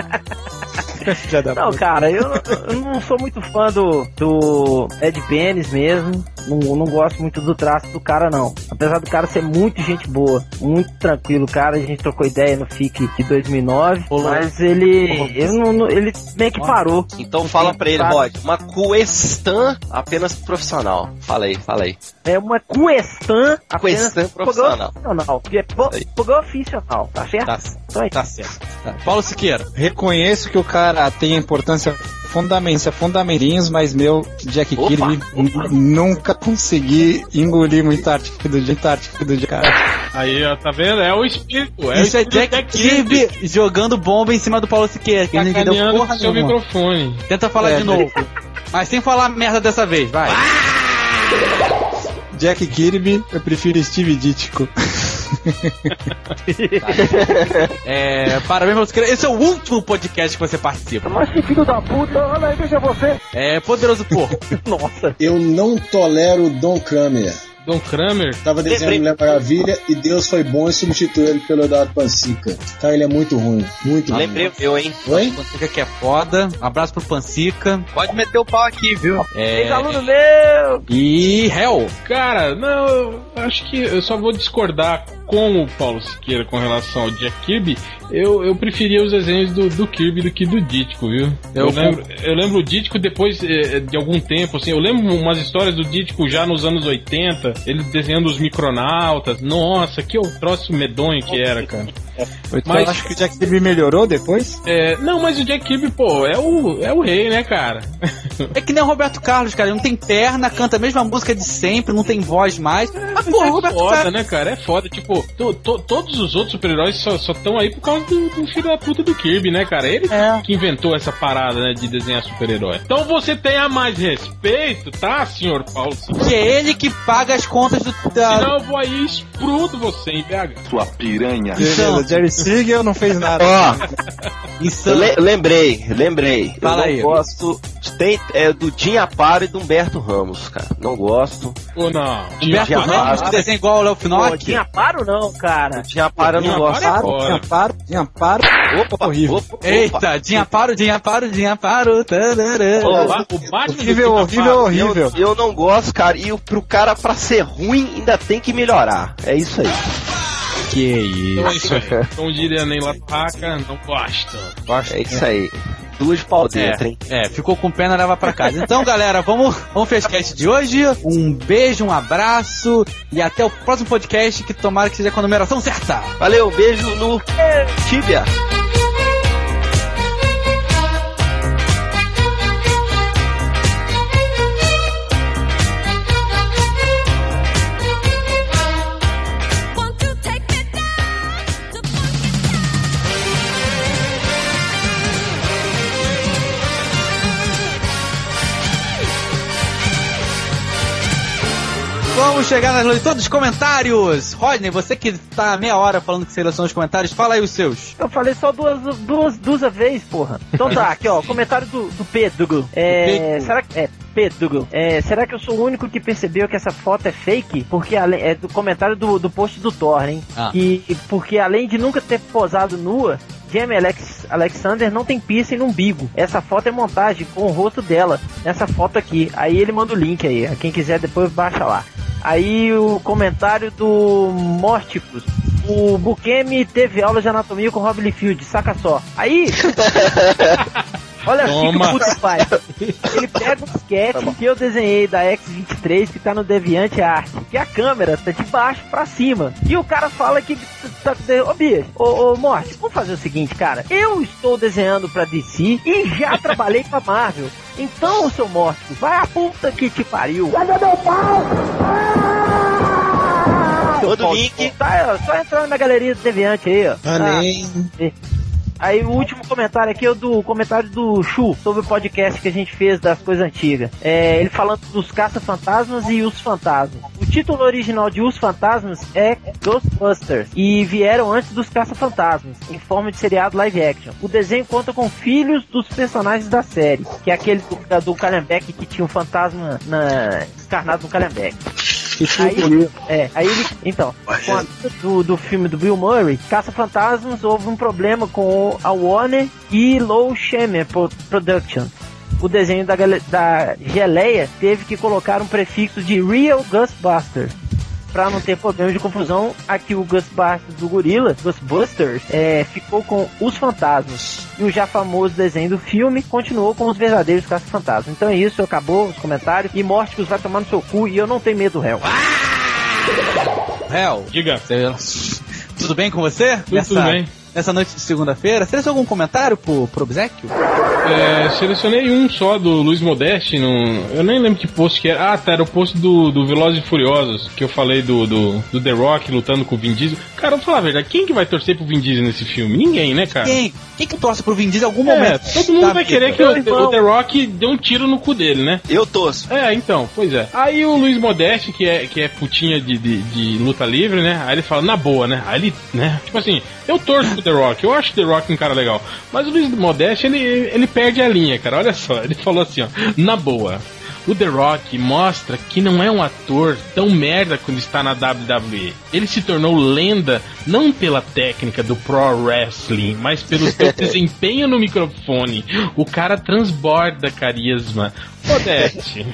Não, cara, eu, eu não sou muito fã do, do Ed Benes mesmo. Não, não gosto muito do traço do cara, não. Apesar do cara ser muito gente boa, muito tranquilo, cara. A gente trocou ideia no F I C de dois mil e nove, Olá. Mas ele, ele, não, ele meio que parou. Então fala pra ele, Rod, uma questão apenas profissional. Fala aí, fala aí. É uma questão apenas profissional. profissional. É profissional, tá certo? Tá, então, tá certo. Tá. Paulo Siqueira. Reconheço que o cara tem a importância fundamental, fundamentinhos, mas meu Jack Opa, Kirby opa. nunca consegui engolir muito Ártico do dia, Ártico do dia, cara. Aí, ó, tá vendo? É o espírito. É Isso o espírito é Jack Kirby jogando bomba em cima do Paulo Siqueira. Que não entendeu porra seu nenhuma. Microfone. Tenta falar é, de novo. Mas sem falar merda dessa vez, vai. Jack Kirby, eu prefiro Steve Ditko. É, parabéns, Paulo Siqueira. Esse é o último podcast que você participa. Mas que filho da puta, olha aí, veja você. É, Poderoso Porco. Nossa. Eu não tolero Don Kramer. Don Kramer? Tava desenhando Mulher Maravilha e Deus foi bom e substituiu ele pelo Eduardo Pansica. Cara, ele é muito ruim. Muito ruim. Lembrei eu, hein? Oi? Pansica que é foda. Um abraço pro Pansica. Pode meter o pau aqui, viu? É... Ex-aluno meu! E Hell. Cara, não, eu acho que eu só vou discordar com o Paulo Siqueira com relação ao Jack Kirby. Eu, eu preferia os desenhos do, do Kirby do que do Ditko, viu? Eu, eu, lembro, eu lembro o Ditko depois eh, de algum tempo, assim, eu lembro umas histórias do Ditko já nos anos oitenta, ele desenhando os micronautas. Nossa, que troço medonho que era, cara. Então, Mas- acho que o Jack Kirby melhorou depois? É, não, mas o Jack Kirby, pô, é o, é o rei, né, cara? É que nem o Roberto Carlos, cara. Ele não tem perna, canta a mesma música de sempre, não tem voz mais. Mas, pô, é o Roberto foda, Carlos. né, cara? É foda. Tipo, to- to- todos os outros super-heróis só estão aí por causa do, do filho da puta do Kirby, né, cara? Ele É. que inventou essa parada, né, de desenhar super-herói. Então você tenha mais respeito, tá, senhor Paulo? Que é ele que paga as contas do. Da... Senão eu vou aí e exprudo você em B H. Sua piranha. Beleza, Jerry Siegel não fez nada. Ó, Isso. eu le- lembrei, lembrei. Fala eu não aí. gosto. Tem, é do Jim Aparo e do Humberto Ramos, cara. Não gosto. Ou não? Humberto Jim Ramos, Aparo. que desenha igual o Léo Pô, Finock. tinha paro não, cara. Jim Aparo eu não Jim gosto. Aparo é Amparo, foda. Amparo, Amparo. Opa, horrível. opa, opa. Eita, Dinha Paro, Dinha Paro, Dinha Paro. Tarará. O, Ô, Ba- o Batman do Horrível, Jim horrível, Aparo- horrível. Eu, eu não gosto, cara. E o- pro cara, pra ser ruim, ainda tem que melhorar. É isso aí. Que Então é isso. isso aí. Não diria nem Lataca, não gosto. É isso aí. Duas pau dentro, hein? É, ficou com pena, leva pra casa. Então, galera, vamos, vamos fechar o cast de hoje. Um beijo, um abraço e até o próximo podcast, que tomara que seja com a numeração certa. Valeu, beijo no Tíbia. Vamos chegar nas leituras dos comentários. Rodney, você que tá há meia hora falando que seleciona os comentários, fala aí os seus. Eu falei só duas, duas, duas vezes, porra. Então tá, aqui ó, comentário do, do Pedro. É, Pedro. será que... É, Pedro. É, será que eu sou o único que percebeu que essa foto é fake? Porque ale- é do comentário do, do post do Thor, hein? Ah. Que, porque além de nunca ter posado nua, Jamie Alex, Alexander não tem piercing no umbigo. Essa foto é montagem com o rosto dela. Nessa foto aqui. Aí ele manda o link aí. Quem quiser depois baixa lá. Aí o comentário do Mórticos. O Bukemi teve aula de anatomia com Rob Liefeld, saca só. Aí... Olha assim que o puto faz. Ele pega um sketch que eu desenhei da X vinte e três que tá no DeviantArt, que a câmera tá de baixo pra cima. E o cara fala que tá... Ô, bicho, ô, ô, Morte, vamos fazer o seguinte, cara. Eu estou desenhando pra D C e já trabalhei pra Marvel. Então, seu Morte, vai a puta que te pariu. Cadê meu pau? Manda o link. Tá, só entrando na galeria do Deviante aí, ó. Amém. Ah, aí o último comentário aqui é o do comentário do Chu, sobre o podcast que a gente fez das coisas antigas. É, ele falando dos caça-fantasmas e os fantasmas. O título original de Os Fantasmas é Ghostbusters e vieram antes dos caça-fantasmas, em forma de seriado live action. O desenho conta com filhos dos personagens da série, que é aquele do, do Calhambeck que tinha um fantasma na, encarnado no Calhambeck. Aí, é, aí ele, então, com a do, do filme do Bill Murray, Caça-Fantasmas, houve um problema com a Warner e Low Shemer Productions. O desenho da, da geleia teve que colocar um prefixo de Real Ghostbusters. Pra não ter problema de confusão, aqui o Ghostbusters do gorila, Ghostbusters, é, ficou com os fantasmas. E o já famoso desenho do filme continuou com os verdadeiros caça-fantasmas. Então é isso, acabou os comentários. E Mórticos vai tomar no seu cu e eu não tenho medo do réu. Réu, diga. Tudo bem com você? Tudo, nessa, tudo bem. Nessa noite de segunda-feira, você tem algum comentário pro, pro obséquio? É, selecionei um só do Luiz Modeste, no, eu nem lembro que post que era. Ah, tá, era o post do, do Velozes e Furiosos, que eu falei do, do, do The Rock lutando com o Vin Diesel. Cara, vou falar a verdade, quem que vai torcer pro Vin Diesel nesse filme? Ninguém, né, cara? Quem? Quem que torce pro Vin Diesel em algum É, momento? todo mundo Tá, vai vida. querer que o, o The Rock dê um tiro no cu dele, né? Eu torço. É, então, pois é. Aí o Luiz Modeste, que é, que é putinha de, de, de luta livre, né? Aí ele fala, na boa, né? Aí ele, né? Tipo assim, eu torço pro The Rock, eu acho o The Rock um cara legal. Mas o Luiz Modeste, ele, ele perde a linha, cara. Olha só, ele falou assim, ó, na boa. O The Rock mostra que não é um ator tão merda quando está na W W E. Ele se tornou lenda não pela técnica do pro wrestling, mas pelo seu desempenho no microfone. O cara transborda carisma. Modeste.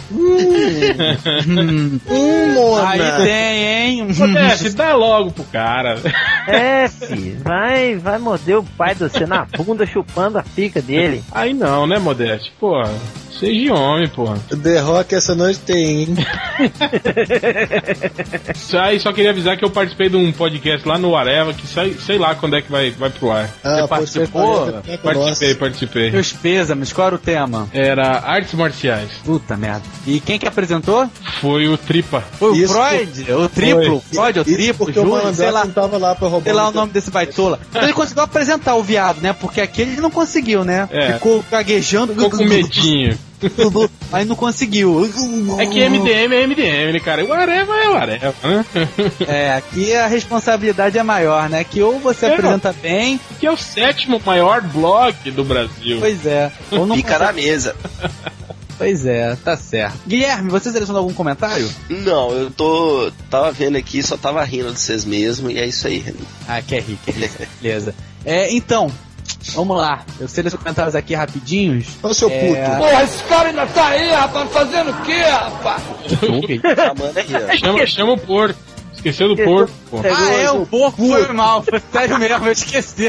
Hum, aí tem, hein? Modeste, dá logo pro cara. É, filho, vai, vai morder o pai do você na bunda chupando a pica dele. Aí não, né, Modeste? Pô, Seja homem, porra. The Rock essa noite tem, hein? Aí só queria avisar que eu participei de um podcast lá no Areva, que sei, sei lá quando é que vai, vai pro ar. Ah, você participou? Participei, participei. Meus pêsames, qual era o tema? Era artes marciais. Puta merda. E quem que apresentou? Foi o Tripa. Foi o Freud? Por... O triplo? Foi. Freud, o triplo, Júlio, sei lá. Tava lá pra roubar sei lá o nome desse baitola. Então ele conseguiu apresentar o viado, né? Porque aquele ele não conseguiu, né? É. Ficou gaguejando. Ficou com medinho. Aí não conseguiu. É que M D M é M D M, né, cara? O Areva é o Areva, né? É, aqui a responsabilidade é maior, né? Que ou você é, apresenta bem... Que é o sétimo maior blog do Brasil. Pois é. Ou não Fica consegue... na mesa. Pois é, tá certo. Guilherme, você selecionou algum comentário? Não, eu tô... Tava vendo aqui, só tava rindo de vocês mesmos, e é isso aí. Ah, quer rir, quer rir. Beleza. É, então... Vamos lá, eu sei os comentários aqui rapidinhos. Ô, seu é... puto. Porra, esse cara ainda tá aí, rapaz, fazendo o quê, rapaz? Chamando aí, chama, chama o porco. Esqueceu do porco, pô. Ah, é, o porco foi mal. Foi sério mesmo, eu esqueci.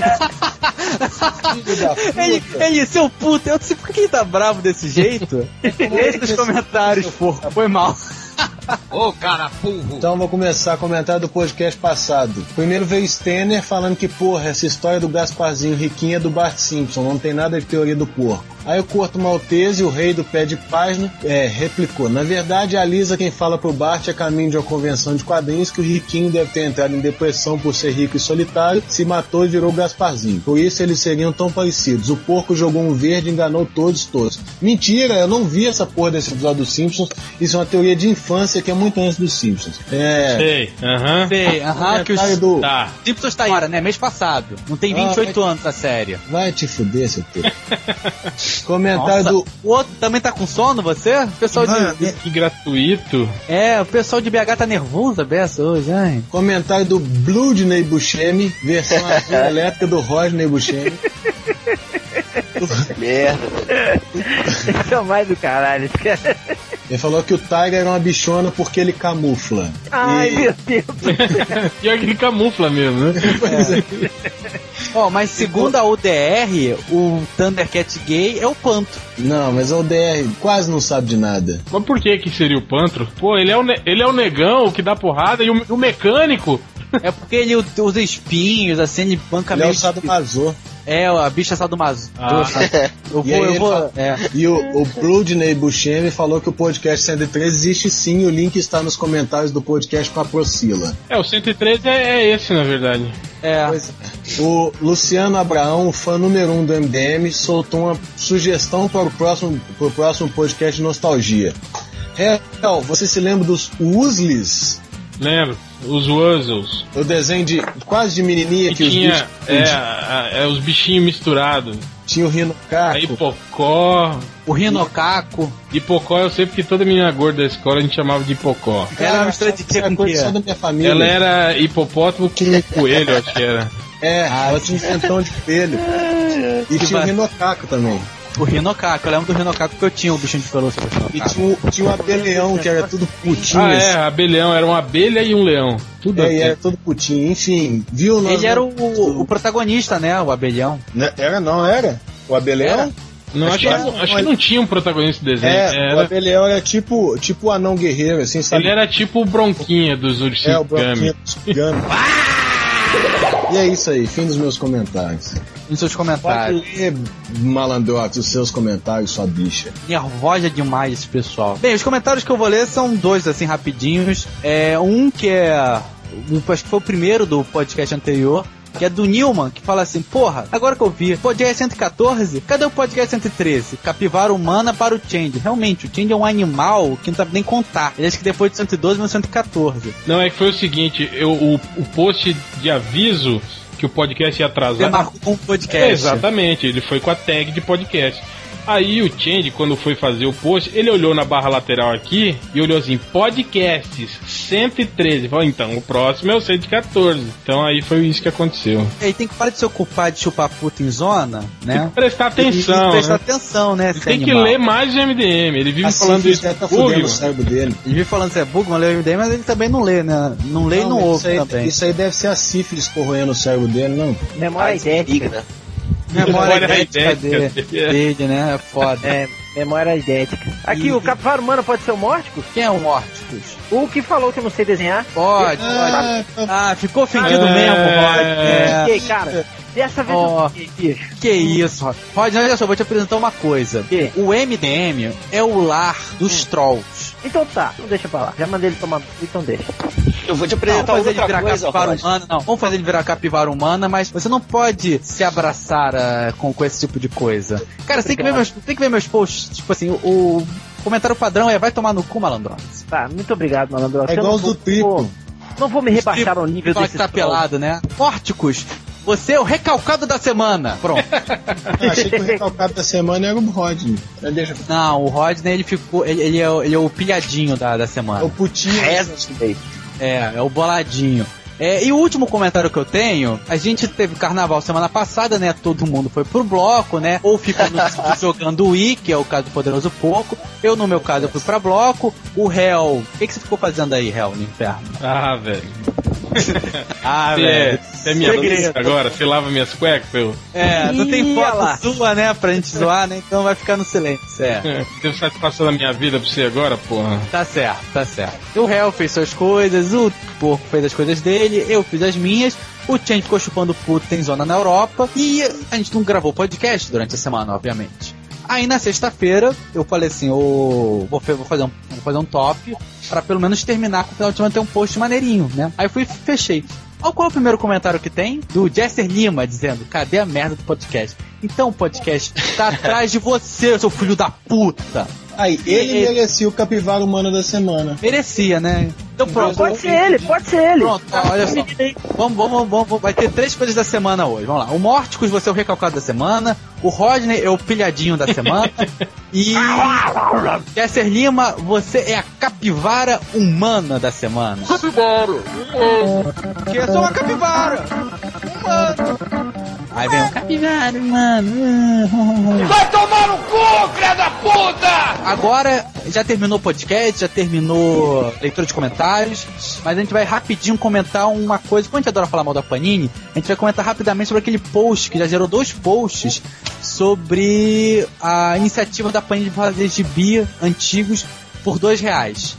ele, ele, seu puto, eu não sei por que ele tá bravo desse jeito. Esse dos comentários, porco, foi mal. Ô, oh, cara burro. Então vou começar a comentar do podcast passado. Primeiro veio Stenner falando que, porra, essa história do Gasparzinho riquinho é do Bart Simpson, não tem nada de teoria do porco. Aí o Corto Maltese, o rei do pé de página, é, replicou. Na verdade, a Lisa quem fala pro Bart é caminho de uma convenção de quadrinhos que o riquinho deve ter entrado em depressão por ser rico e solitário, se matou e virou o Gasparzinho. Por isso eles seriam tão parecidos. O porco jogou um verde e enganou todos, todos. Mentira, eu não vi essa porra desse episódio dos Simpsons. Isso é uma teoria de infância que é muito antes dos Simpsons. É... Sei, aham. Uh-huh. Sei, aham, uh-huh, que os do... tá. Simpsons tá agora, né? Mês passado. Não tem vinte e oito ah, anos a série. Vai te fuder, seu puto. Comentário Nossa, do... O outro também tá com sono, você? O pessoal ah, de... Que gratuito. É, o pessoal de B H tá nervoso a beça hoje, hein? Comentário do Bloodney Buscemi, versão elétrica do Rodney Buscemi. Merda. Isso é mais do caralho, cara. Ele falou que o Tiger era uma bichona porque ele camufla. Ai, e... meu Deus. Pior que ele camufla mesmo, né? Pois é. Ó, oh, mas segundo a U D R, o Thundercat gay é o Pantro. Não, mas a U D R quase não sabe de nada. Mas por que que seria o Pantro? Pô, ele é o, ne- ele é o negão que dá porrada e o, o mecânico... É porque ele usa espinhos, assim, ele banca ele meio... Ele é o sadomaso. É, a bicha sadomaso. Ah. Eu vou, eu vou... Fala... É. E o, o Bloodney Buscemi falou que o podcast cento e treze existe sim, o link está nos comentários do podcast com a Procila. É, o cento e treze é, é esse, na verdade. É. Pois é. O Luciano Abraão, o fã número um do M D M, soltou uma sugestão para o próximo, para o próximo podcast de nostalgia. Real, você se lembra dos Weasleys? Lembro, os Wuzzles. O desenho de quase de menininha que, que os tinha, bichos... É, a, é, os bichinhos misturados. Tinha o Rinocaco. A Hipocó. O Rinocaco. Hipocó eu sei porque toda menina gorda da escola a gente chamava de Hipocó. Era uma mistura de que com que? Da minha família. Ela era hipopótamo com um coelho, acho que era. É, ah, ela tinha um centão de coelho. E que tinha vai... o Rinocaco também. O Rinocaco, eu lembro do Rinocaco que eu tinha o bichinho de pelúcia. E tinha, tinha um abelhão que era tudo putinho. Ah, é, abelhão, era uma abelha e um leão. Tudo é, assim. E era tudo putinho, enfim, viu? Ele era o, o, o protagonista, né, o abelhão. Era, não era? O abelhão? Era. Não, acho, acho, que, era, acho que não tinha um protagonista do desenho. É, era... o abelhão era tipo, tipo o anão guerreiro, assim, sabe? Ele era tipo o Bronquinha dos Ursinhos. É, o Bronquinha dos Gami. E é isso aí, fim dos meus comentários. Nos seus comentários. Pode ler, malandrox, os seus comentários, sua bicha. Nervosa demais esse pessoal. Bem, os comentários que eu vou ler são dois, assim, rapidinhos. É, um que é... Acho que foi o primeiro do podcast anterior, que é do Newman, que fala assim: porra, agora que eu vi, podcast cento e catorze, cadê o podcast cento e treze? Capivara humana para o Change. Realmente, o Change é um animal que não sabe nem contar. Ele acha que depois de cento e doze veio cento e catorze. Não, é que foi o seguinte, eu, o, o post de aviso que o podcast ia atrasar... Você marcou com o podcast. É, exatamente, ele foi com a tag de podcast. Aí o Change, quando foi fazer o post, ele olhou na barra lateral aqui e olhou assim, podcasts cento e treze. Falou, então, o próximo é o cento e catorze. Então aí foi isso que aconteceu. E aí tem que parar de se ocupar de chupar puta em zona, né? Tem que prestar atenção. Tem que prestar né? atenção, né? Tem animal. que ler mais o M D M. Ele vive assim, falando isso. Tá fudendo o cérebro dele. Ele vive falando que é bug, mas lê o M D M, mas ele também não lê, né? Não lê não, e não ouve aí, também. Isso aí deve ser a sífilis corroendo o cérebro dele, não? Memória idética, né? Memória idética dele, dele, né? É foda. É, Memória idéntica. Aqui, E- o Capivara Humano pode ser o Mórticos? Quem é o Mórticos? O que falou que eu não sei desenhar? Pode, Ah, pode. Ah, ficou ofendido É. mesmo, Rod. É. Fiquei, cara. Dessa vez Ó. eu fiquei, bicho. Que isso, Rod. Rod, olha só, vou te apresentar uma coisa. Que? O M D M é o lar dos trolls. Então tá, não deixa pra lá. Já mandei ele tomar no cu, então deixa. Eu vou te Não, apresentar vamos fazer ele outra virar coisa, capivara Rod. humana, não. Vamos fazer ele virar capivara humana, mas você não pode se abraçar ah, com, com esse tipo de coisa. Cara, você tem que, ver meus, tem que ver meus posts. Tipo assim, o, o comentário padrão é vai tomar no cu, malandrones. Tá, muito obrigado, malandro. É Eu igual não os do vou- Triplo. Não vou me rebaixar ao nível Fala desse que tá pelado, né? Pórticos, você é o recalcado da semana. Pronto. Ah, achei que o recalcado da semana era o Rodney. Mas deixa Não, o Rodney, ele ficou. Ele, ele é, o- ele é o pilhadinho da, da É semana. o putinho. É, é o boladinho. É, e o último comentário que eu tenho, a gente teve carnaval semana passada, né? Todo mundo foi pro bloco, né? Ou ficou no sítio jogando Wii, que é o caso do Poderoso Porco. Eu, no meu caso, eu fui pra bloco. O Hel, o que, que você ficou fazendo aí, Hel, no inferno? Ah, velho. Ah, Você é, você é minha Segredo. luz agora? Você lava minhas cuecas, eu? É, não tem Ih, olha lá. foto sua, né, pra gente zoar, né? Então vai ficar no silêncio, é. É, Devo satisfação da minha vida pra você agora, porra. Tá certo, tá certo. O Hel fez suas coisas, o Porco fez as coisas dele, eu fiz as minhas, o Chen ficou chupando puto, tem zona na Europa, e a gente não gravou podcast durante a semana, obviamente. Aí na sexta-feira, eu falei assim, ô, vou, fe- vou fazer um, vou fazer um top, pra pelo menos terminar com o final de semana ter um post maneirinho, né? Aí fui e fechei. Olha qual é o primeiro comentário que tem? Do Jesser Lima, dizendo, cadê a merda do podcast? Então o podcast tá atrás de você, seu filho da puta. Aí, ele merecia o capivara humano da semana. Merecia, né? Então pronto. Pode ser ele, pode ser ele. Pronto, olha só. Vamos, vamos, vamos, vamos. Vai ter três coisas da semana hoje. Vamos lá. O Mórticos, você é o recalcado da semana. O Rodney é o pilhadinho da semana. E. Jesser Lima, você é a capivara humana da semana. Capivara! Que eu sou uma capivara! Humano! Aí vem um capivara, mano. Vai tomar no cu, filha da puta! Agora já terminou o podcast, já terminou leitura de comentários, mas a gente vai rapidinho comentar uma coisa. Como a gente adora falar mal da Panini, a gente vai comentar rapidamente sobre aquele post que já gerou dois posts sobre a iniciativa da Panini de fazer gibi antigos por dois reais.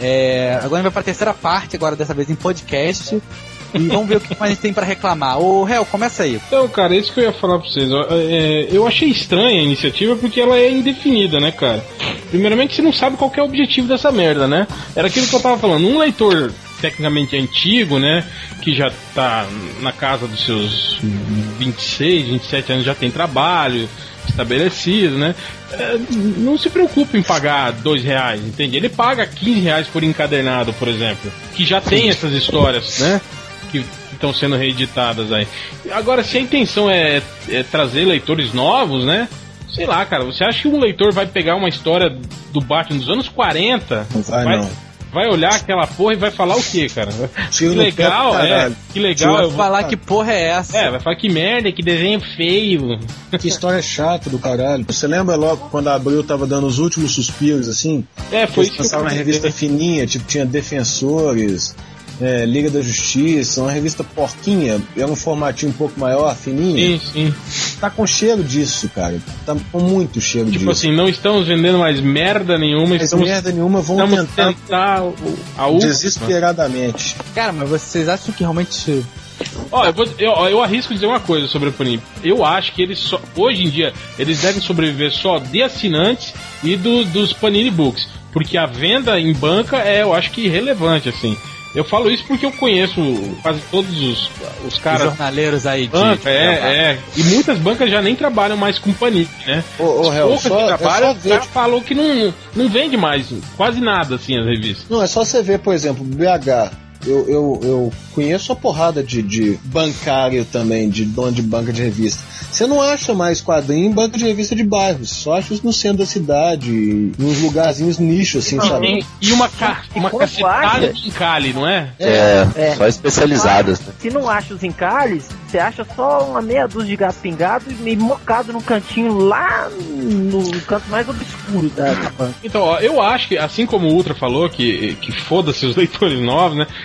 É, agora a gente vai para a terceira parte, agora dessa vez em podcast. E vamos ver o que mais a gente tem pra reclamar. Ô, Hel, começa aí. Então, cara, isso que eu ia falar pra vocês. ó, é, eu achei estranha a iniciativa porque ela é indefinida, né, cara? Primeiramente, você não sabe qual que é o objetivo dessa merda, né? Era aquilo que eu tava falando. Um leitor tecnicamente antigo, né, que já tá na casa dos seus vinte e seis, vinte e sete anos, já tem trabalho estabelecido, né? É, não se preocupe em pagar dois reais, entende? Ele paga quinze reais por encadernado, por exemplo, que já tem essas histórias, né? Que estão sendo reeditadas aí. Agora, se a intenção é, é trazer leitores novos, né? Sei lá, cara, você acha que um leitor vai pegar uma história do Batman dos anos quarenta? Não vai, vai, não. vai olhar aquela porra e vai falar o quê, cara? Tiro Que no legal, pé, é. caralho. Que legal. Vai Eu vou... falar que porra é essa? É, vai falar que merda, que desenho feio. Que história chata do caralho. Você lembra logo quando a Abril tava dando os últimos suspiros, assim? É, foi Eles isso que eu passavam uma quis revista dizer. fininha, tipo, tinha Defensores, é, Liga da Justiça, uma revista porquinha, era um formatinho um pouco maior, fininha. Sim, sim. Tá com cheiro disso, cara. Tá com muito cheiro Tipo disso. assim, não estamos vendendo mais merda nenhuma, Mas estamos, merda nenhuma, vão estamos tentar tentar o- a última. desesperadamente. Cara, mas vocês acham que realmente... Ó, eu, vou- eu, ó, eu arrisco dizer uma coisa sobre a Panini. Eu acho que eles só, hoje em dia, eles devem sobreviver só de assinantes e do, dos Panini Books. Porque a venda em banca é, eu acho que irrelevante, assim. Eu falo isso porque eu conheço quase todos os, os Os caras. jornaleiros aí de... Banca, é, é. E muitas bancas já nem trabalham mais com Panini, né? Ô, ô, As Hel, poucas só- que é trabalham, só o ver, cara tipo- falou que não, não vende mais quase nada, assim, as revistas. Não, é só você ver, por exemplo, B H. Eu, eu, eu conheço a porrada de, de bancário também, de dono de banca de revista. Você não acha mais quadrinho em banca de revista de bairros, só acha isso no centro da cidade, nos lugarzinhos nicho, assim, sabe? E uma, ca uma quando cacetada acha- de encalhe, não é? É, É. só especializadas, né? Se não acha os encalhes, você acha só uma meia dúzia de gato pingado e meio mocado num cantinho lá no canto mais obscuro da, da banca. Então, ó, eu acho que, assim como o Ultra falou, que, que foda-se os leitores novos, né?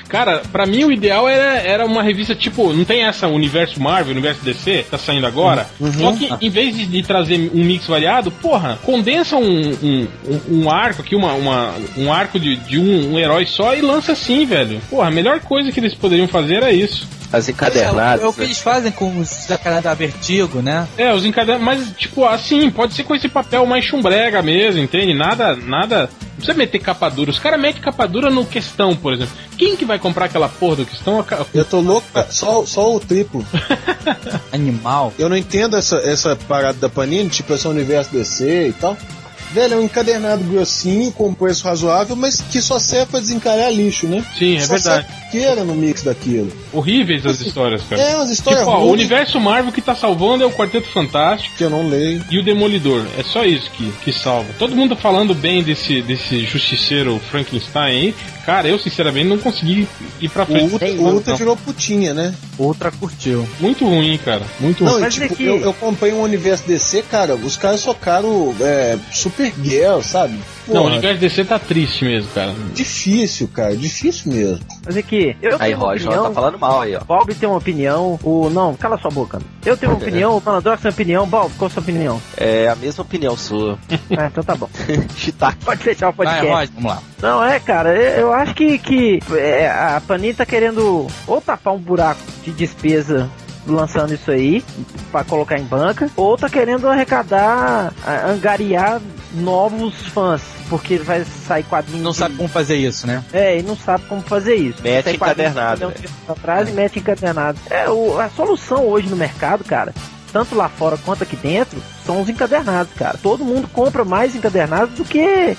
Cara, pra mim o ideal era, era uma revista tipo, não tem essa Universo Marvel, Universo D C, tá saindo agora? Uhum. Só que em vez de, de trazer um mix variado, porra, condensa um, um, um arco aqui, uma, uma, um arco de, de um, um herói só e lança assim, velho. Porra, a melhor coisa que eles poderiam fazer era isso. As encadernadas. É, é o que né? eles fazem com os encadernados da Vertigo, né? É, os encadernados, mas tipo, assim, pode ser com esse papel mais chumbrega mesmo, entende? Nada, nada... Não precisa meter capa dura. Os caras metem capa dura no Questão, por exemplo. Quem que vai comprar aquela porra do Questão? Eu tô louco, só, só o triplo. Animal. Eu não entendo essa, essa parada da Panini, tipo, esse universo D C e tal. Velho, é um encadernado grossinho, com um preço razoável, mas que só serve pra desencarar lixo, né? Sim, é só verdade. Queira no mix daquilo. Horríveis as histórias, cara. É, as histórias tipo, ó, o universo Marvel que tá salvando é o Quarteto Fantástico. Que eu não leio. E o Demolidor. É só isso que, que salva. Todo mundo falando bem desse, desse justiceiro Frankenstein aí. Cara, eu sinceramente não consegui ir pra frente. O Ultra, o Ultra virou putinha, né? O Ultra curtiu. Muito ruim, cara. Muito não, ruim. Não, tipo, que... eu, eu comprei um universo D C, cara, os caras socaram é, Supergirl, sabe? Porra. Não, o universo D C tá triste mesmo, cara. Difícil, cara, difícil mesmo. Mas aqui, eu aí, tenho uma Roger, opinião. Tá falando mal aí, ó. Bob tem uma opinião, o... Não, cala sua boca. Eu tenho uma é. opinião, o Panadrox tem uma opinião. Bob, qual a sua opinião? É a mesma opinião sua. Ah, então tá bom. Chitaque. Pode fechar o podcast. Vai, Roger, vamos lá. Não, é, cara, eu acho que, que é, a Panini tá querendo ou tapar um buraco de despesa lançando isso aí pra colocar em banca, ou tá querendo arrecadar, angariar novos fãs, porque vai sair quadrinhos. Não de... sabe como fazer isso, né? É, e não sabe como fazer isso. Mete encadernado. Um atrás e mete encadernado. É, o, a solução hoje no mercado, cara, tanto lá fora quanto aqui dentro, são os encadernados, cara. Todo mundo compra mais encadernados do que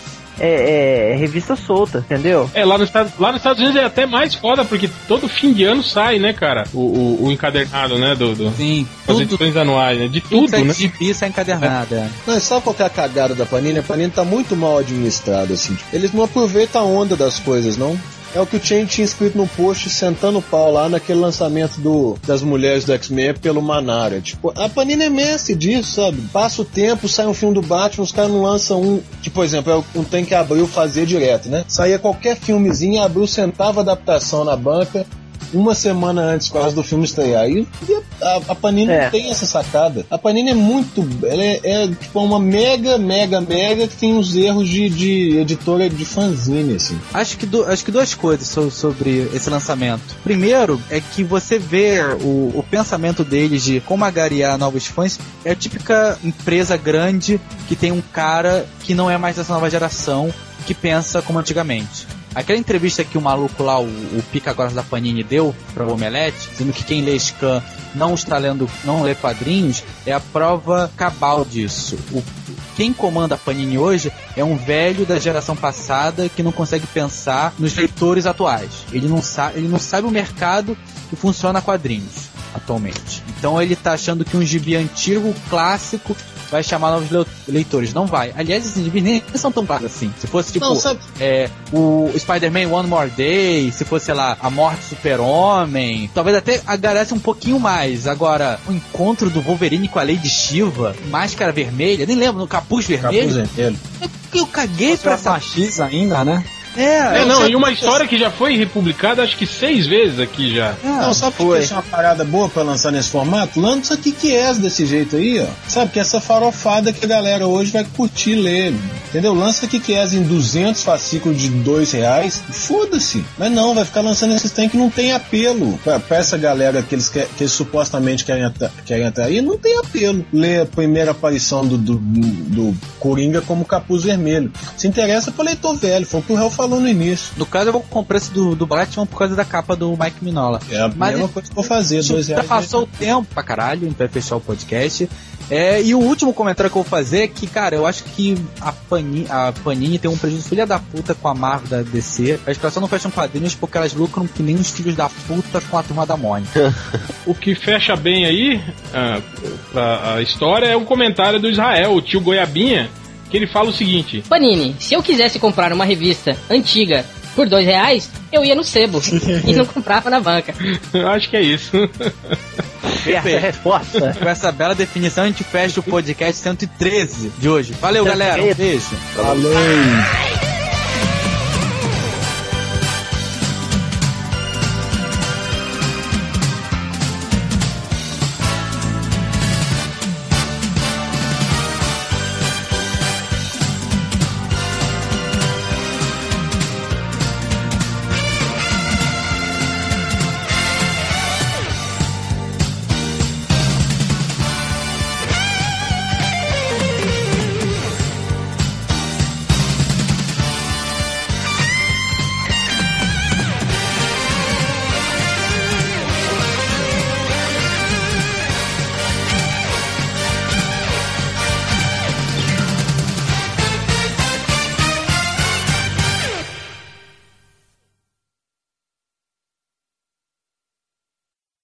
É, é, revista solta, entendeu? É, lá, no estado, lá nos Estados Unidos é até mais foda, porque todo fim de ano sai, né, cara? O, o, o encadernado, né? Do, do, Sim, as edições anuais, né? De tudo, né? De pista é encadernada. É. Não, sabe qual que é a cagada da Panini? A Panini tá muito mal administrada, assim. Eles não aproveitam a onda das coisas, não. É o que o Chen tinha escrito no post, sentando o pau lá naquele lançamento do, das mulheres do X-Men pelo Manara. Tipo, a Panini é mestre disso, sabe? Passa o tempo, sai um filme do Batman, os caras não lançam um... Que, por exemplo, é um tem que Abril fazer direto, né? Saía qualquer filmezinho, Abril sentava a adaptação na banca uma semana antes, por causa do filme estrear. E a, a Panini é. não tem essa sacada. A Panini é muito... Ela é, é tipo uma mega, mega, mega que tem uns erros de, de editora de fanzine, assim. Acho que, do, acho que duas coisas so, sobre esse lançamento. Primeiro, é que você vê o, o pensamento deles de como agariar novos fãs. É a típica empresa grande que tem um cara que não é mais dessa nova geração, que pensa como antigamente. Aquela entrevista que o maluco lá, o, o Pica-Grossa da Panini deu pra Omelete, dizendo que quem lê Scan não está lendo, não lê quadrinhos, é a prova cabal disso. O, quem comanda a Panini hoje é um velho da geração passada que não consegue pensar nos leitores atuais. Ele não sabe, ele não sabe o mercado que funciona quadrinhos atualmente. Então ele tá achando que um gibi antigo, clássico, vai chamar novos leitores. Não vai. Aliás, esses gibis nem são tão clássicos assim. Se fosse tipo não, é, o Spider-Man One More Day, se fosse, sei lá, a morte do Super-Homem, talvez até agradece um pouquinho mais. Agora, o encontro do Wolverine com a Lady Shiva, máscara vermelha, nem lembro, no capuz vermelho. Capuz vermelho. Eu, eu caguei pra essa X ainda, né? É, é, não, e uma história que já foi republicada acho que seis vezes aqui já. Ah, não, sabe por que é uma parada boa pra lançar nesse formato? Lança que que é desse jeito aí, ó. Sabe, que essa farofada que a galera hoje vai curtir ler, entendeu? Lança que que é em duzentos fascículos de dois reais, foda-se. Mas não, vai ficar lançando esses trem que não tem apelo. Pra, pra essa galera que eles, que, que eles supostamente querem, atra, querem atrair, não tem apelo. Ler a primeira aparição do, do, do Coringa como Capuz Vermelho. Se interessa pra leitor velho, foi o que o Real falou no início. No caso, eu vou comprar esse do, do Batman por causa da capa do Mike Mignola. É a Mas mesma coisa que eu vou fazer, dois reais. Já passou o tempo pra caralho, a gente vai fechar o podcast. É, e o último comentário que eu vou fazer é que, cara, eu acho que a Panini, a Panini tem um prejuízo filha da puta com a Marvel da D C. As pessoas não fecham quadrinhos porque elas lucram que nem os filhos da puta com a Turma da Mônica. O que fecha bem aí a, a, a história é um comentário do Israel, o tio Goiabinha, que ele fala o seguinte: Panini, se eu quisesse comprar uma revista antiga por dois reais, eu ia no sebo e não comprava na banca. Eu acho que é isso. Essa é a resposta. Com essa bela definição, a gente fecha o podcast cento e treze de hoje. Valeu, galera. Um beijo. Valeu.